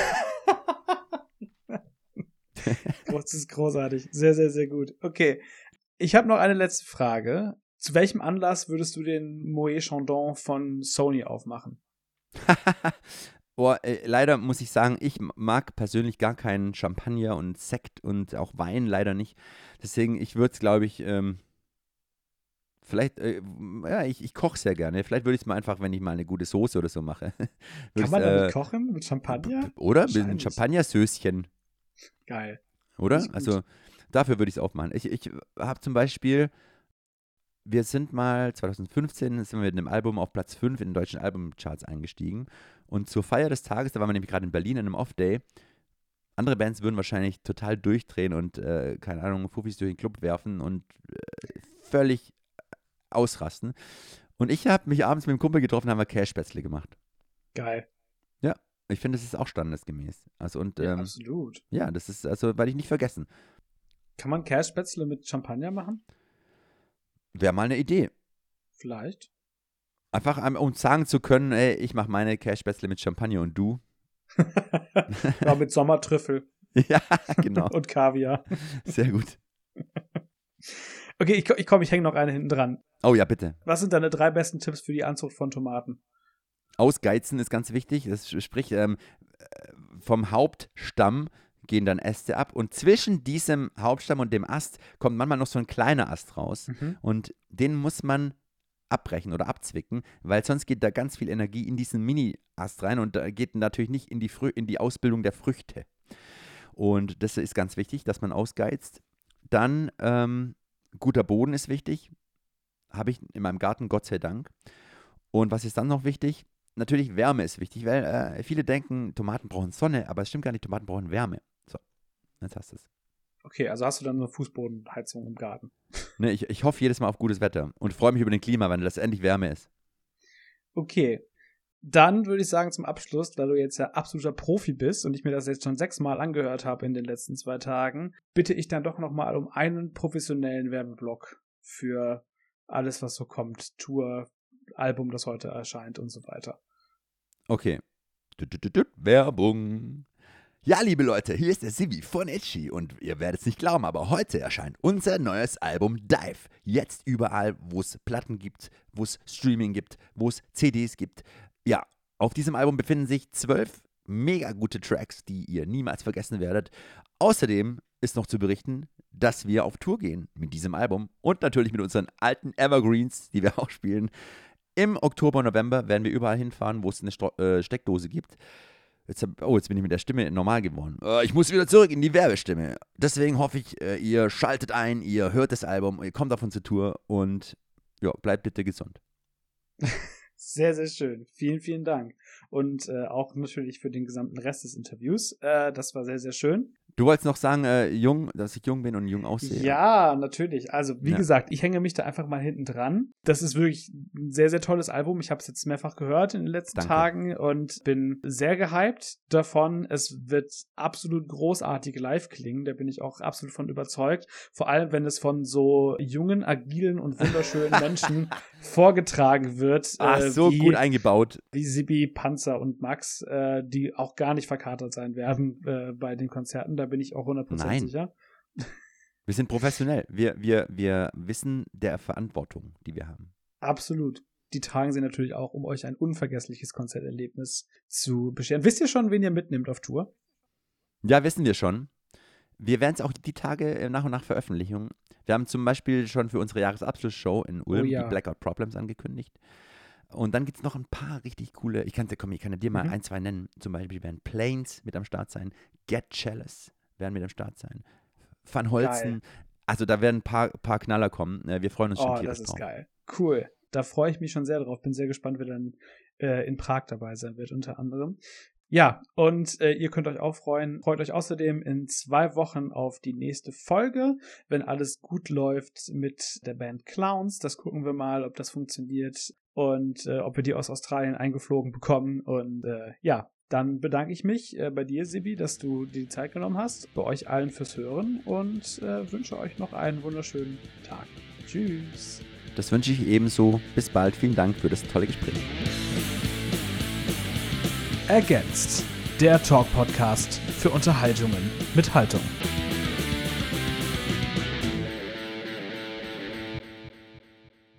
Speaker 2: Das ist großartig. Sehr, sehr, sehr gut. Okay. Ich habe noch eine letzte Frage. Zu welchem Anlass würdest du den Moët Chandon von Sony aufmachen?
Speaker 1: Oh, äh, leider muss ich sagen, ich mag persönlich gar keinen Champagner und Sekt und auch Wein leider nicht. Deswegen, ich würde es, glaube ich, ähm, vielleicht, äh, ja, ich, ich koche sehr gerne. Vielleicht würde ich es mal einfach, wenn ich mal eine gute Soße oder so mache.
Speaker 2: Kann man damit äh, kochen? Mit Champagner?
Speaker 1: Oder? Mit einem Champagner-Söschen.
Speaker 2: Geil.
Speaker 1: Oder? Also, dafür würde ich es aufmachen. Ich, ich habe zum Beispiel, wir sind mal zwanzig fünfzehn sind wir mit einem Album auf Platz fünf in den deutschen Albumcharts eingestiegen. Und zur Feier des Tages, da waren wir nämlich gerade in Berlin an einem Off-Day, andere Bands würden wahrscheinlich total durchdrehen und, äh, keine Ahnung, Fuffis durch den Club werfen und äh, völlig ausrasten. Und ich habe mich abends mit dem Kumpel getroffen, haben wir Kässpätzle gemacht.
Speaker 2: Geil.
Speaker 1: Ja, ich finde, das ist auch standesgemäß. Also und
Speaker 2: Ja,
Speaker 1: ähm,
Speaker 2: absolut.
Speaker 1: ja, das ist, also werde ich nicht vergessen.
Speaker 2: Kann man Kässpätzle mit Champagner machen?
Speaker 1: Wäre mal eine Idee.
Speaker 2: Vielleicht.
Speaker 1: Einfach, um uns sagen zu können, ey, ich mache meine Kässpätzle mit Champagner und du?
Speaker 2: Ja, mit Sommertrüffel.
Speaker 1: Ja, genau.
Speaker 2: Und Kaviar.
Speaker 1: Sehr gut.
Speaker 2: Okay, ich, ich komme, ich hänge noch eine hinten dran.
Speaker 1: Oh ja, bitte.
Speaker 2: Was sind deine drei besten Tipps für die Anzucht von Tomaten?
Speaker 1: Ausgeizen ist ganz wichtig. Das sprich, ähm, vom Hauptstamm gehen dann Äste ab und zwischen diesem Hauptstamm und dem Ast kommt manchmal noch so ein kleiner Ast raus
Speaker 2: Mhm.
Speaker 1: und den muss man abbrechen oder abzwicken, weil sonst geht da ganz viel Energie in diesen Mini-Ast rein und da geht natürlich nicht in die, Frü- in die Ausbildung der Früchte. Und das ist ganz wichtig, dass man ausgeizt. Dann ähm, guter Boden ist wichtig. Habe ich in meinem Garten, Gott sei Dank. Und was ist dann noch wichtig? Natürlich Wärme ist wichtig, weil äh, viele denken, Tomaten brauchen Sonne, aber es stimmt gar nicht, Tomaten brauchen Wärme. So, jetzt hast du es.
Speaker 2: Okay, also hast du dann eine Fußbodenheizung im Garten.
Speaker 1: Ne, ich, ich hoffe jedes Mal auf gutes Wetter und freue mich über den Klimawandel, dass endlich Wärme ist.
Speaker 2: Okay. Dann würde ich sagen zum Abschluss, weil du jetzt ja absoluter Profi bist und ich mir das jetzt schon sechsmal angehört habe in den letzten zwei Tagen, bitte ich dann doch nochmal um einen professionellen Werbeblock für alles, was so kommt. Tour, Album, das heute erscheint und so weiter.
Speaker 1: Okay. Tut, tut, tut, tut. Werbung. Ja, liebe Leute, hier ist der Sibi von Itchy und ihr werdet es nicht glauben, aber heute erscheint unser neues Album Dive. Jetzt überall, wo es Platten gibt, wo es Streaming gibt, wo es C Ds gibt. Ja, auf diesem Album befinden sich zwölf mega gute Tracks, die ihr niemals vergessen werdet. Außerdem ist noch zu berichten, dass wir auf Tour gehen mit diesem Album und natürlich mit unseren alten Evergreens, die wir auch spielen. Im Oktober und November werden wir überall hinfahren, wo es eine Sto- äh, Steckdose gibt. Jetzt hab, oh, jetzt bin ich mit der Stimme normal geworden. Äh, ich muss wieder zurück in die Werbestimme. Deswegen hoffe ich, äh, ihr schaltet ein, ihr hört das Album, ihr kommt auf unsere Tour und ja, bleibt bitte gesund.
Speaker 2: Sehr, sehr schön. Vielen, vielen Dank. Und äh, auch natürlich für den gesamten Rest des Interviews. Äh, das war sehr, sehr schön.
Speaker 1: Du wolltest noch sagen, äh, jung, dass ich jung bin und jung aussehe.
Speaker 2: Ja, natürlich. Also, wie
Speaker 1: Ja.
Speaker 2: gesagt, ich hänge mich da einfach mal hinten dran. Das ist wirklich ein sehr, sehr tolles Album. Ich habe es jetzt mehrfach gehört in den letzten
Speaker 1: Danke.
Speaker 2: Tagen und bin sehr gehypt davon. Es wird absolut großartig live klingen. Da bin ich auch absolut von überzeugt. Vor allem, wenn es von so jungen, agilen und wunderschönen Menschen vorgetragen wird.
Speaker 1: Ach,
Speaker 2: äh,
Speaker 1: so
Speaker 2: wie,
Speaker 1: gut eingebaut.
Speaker 2: wie Sibi, Panzer und Max, äh, die auch gar nicht verkatert sein werden äh, bei den Konzerten. Da bin ich auch hundert Prozent
Speaker 1: Nein.
Speaker 2: sicher.
Speaker 1: Wir sind professionell. Wir, wir, wir wissen der Verantwortung, die wir haben.
Speaker 2: Absolut. Die tragen sie natürlich auch, um euch ein unvergessliches Konzerterlebnis zu bescheren. Wisst ihr schon, wen ihr mitnehmt auf Tour?
Speaker 1: Ja, wissen wir schon. Wir werden es auch die Tage äh, nach und nach veröffentlichen. Wir haben zum Beispiel schon für unsere Jahresabschlussshow in Ulm
Speaker 2: Oh ja.
Speaker 1: die Blackout Problems angekündigt. Und dann gibt es noch ein paar richtig coole, ich kann, komm, ich kann dir mal
Speaker 2: Mhm.
Speaker 1: ein, zwei nennen. Zum Beispiel werden Planes mit am Start sein, Get Jealous werden mit am Start sein, Van Holzen. Also da werden ein paar, paar Knaller kommen. Äh, Wir freuen uns schon
Speaker 2: Oh,
Speaker 1: tierisch
Speaker 2: das ist
Speaker 1: drauf.
Speaker 2: geil. Cool. Da freue ich mich schon sehr drauf. Bin sehr gespannt, wer dann äh, in Prag dabei sein wird, unter anderem. Ja, und äh, ihr könnt euch auch freuen. Freut euch außerdem in zwei Wochen auf die nächste Folge, wenn alles gut läuft mit der Band Clowns. Das gucken wir mal, ob das funktioniert und äh, ob wir die aus Australien eingeflogen bekommen. Und äh, ja, dann bedanke ich mich äh, bei dir, Sibi, dass du dir die Zeit genommen hast, bei euch allen fürs Hören und äh, wünsche euch noch einen wunderschönen Tag. Tschüss.
Speaker 1: Das wünsche ich ebenso. Bis bald. Vielen Dank für das tolle Gespräch.
Speaker 2: Ergänzt. Der Talk-Podcast für Unterhaltungen mit Haltung.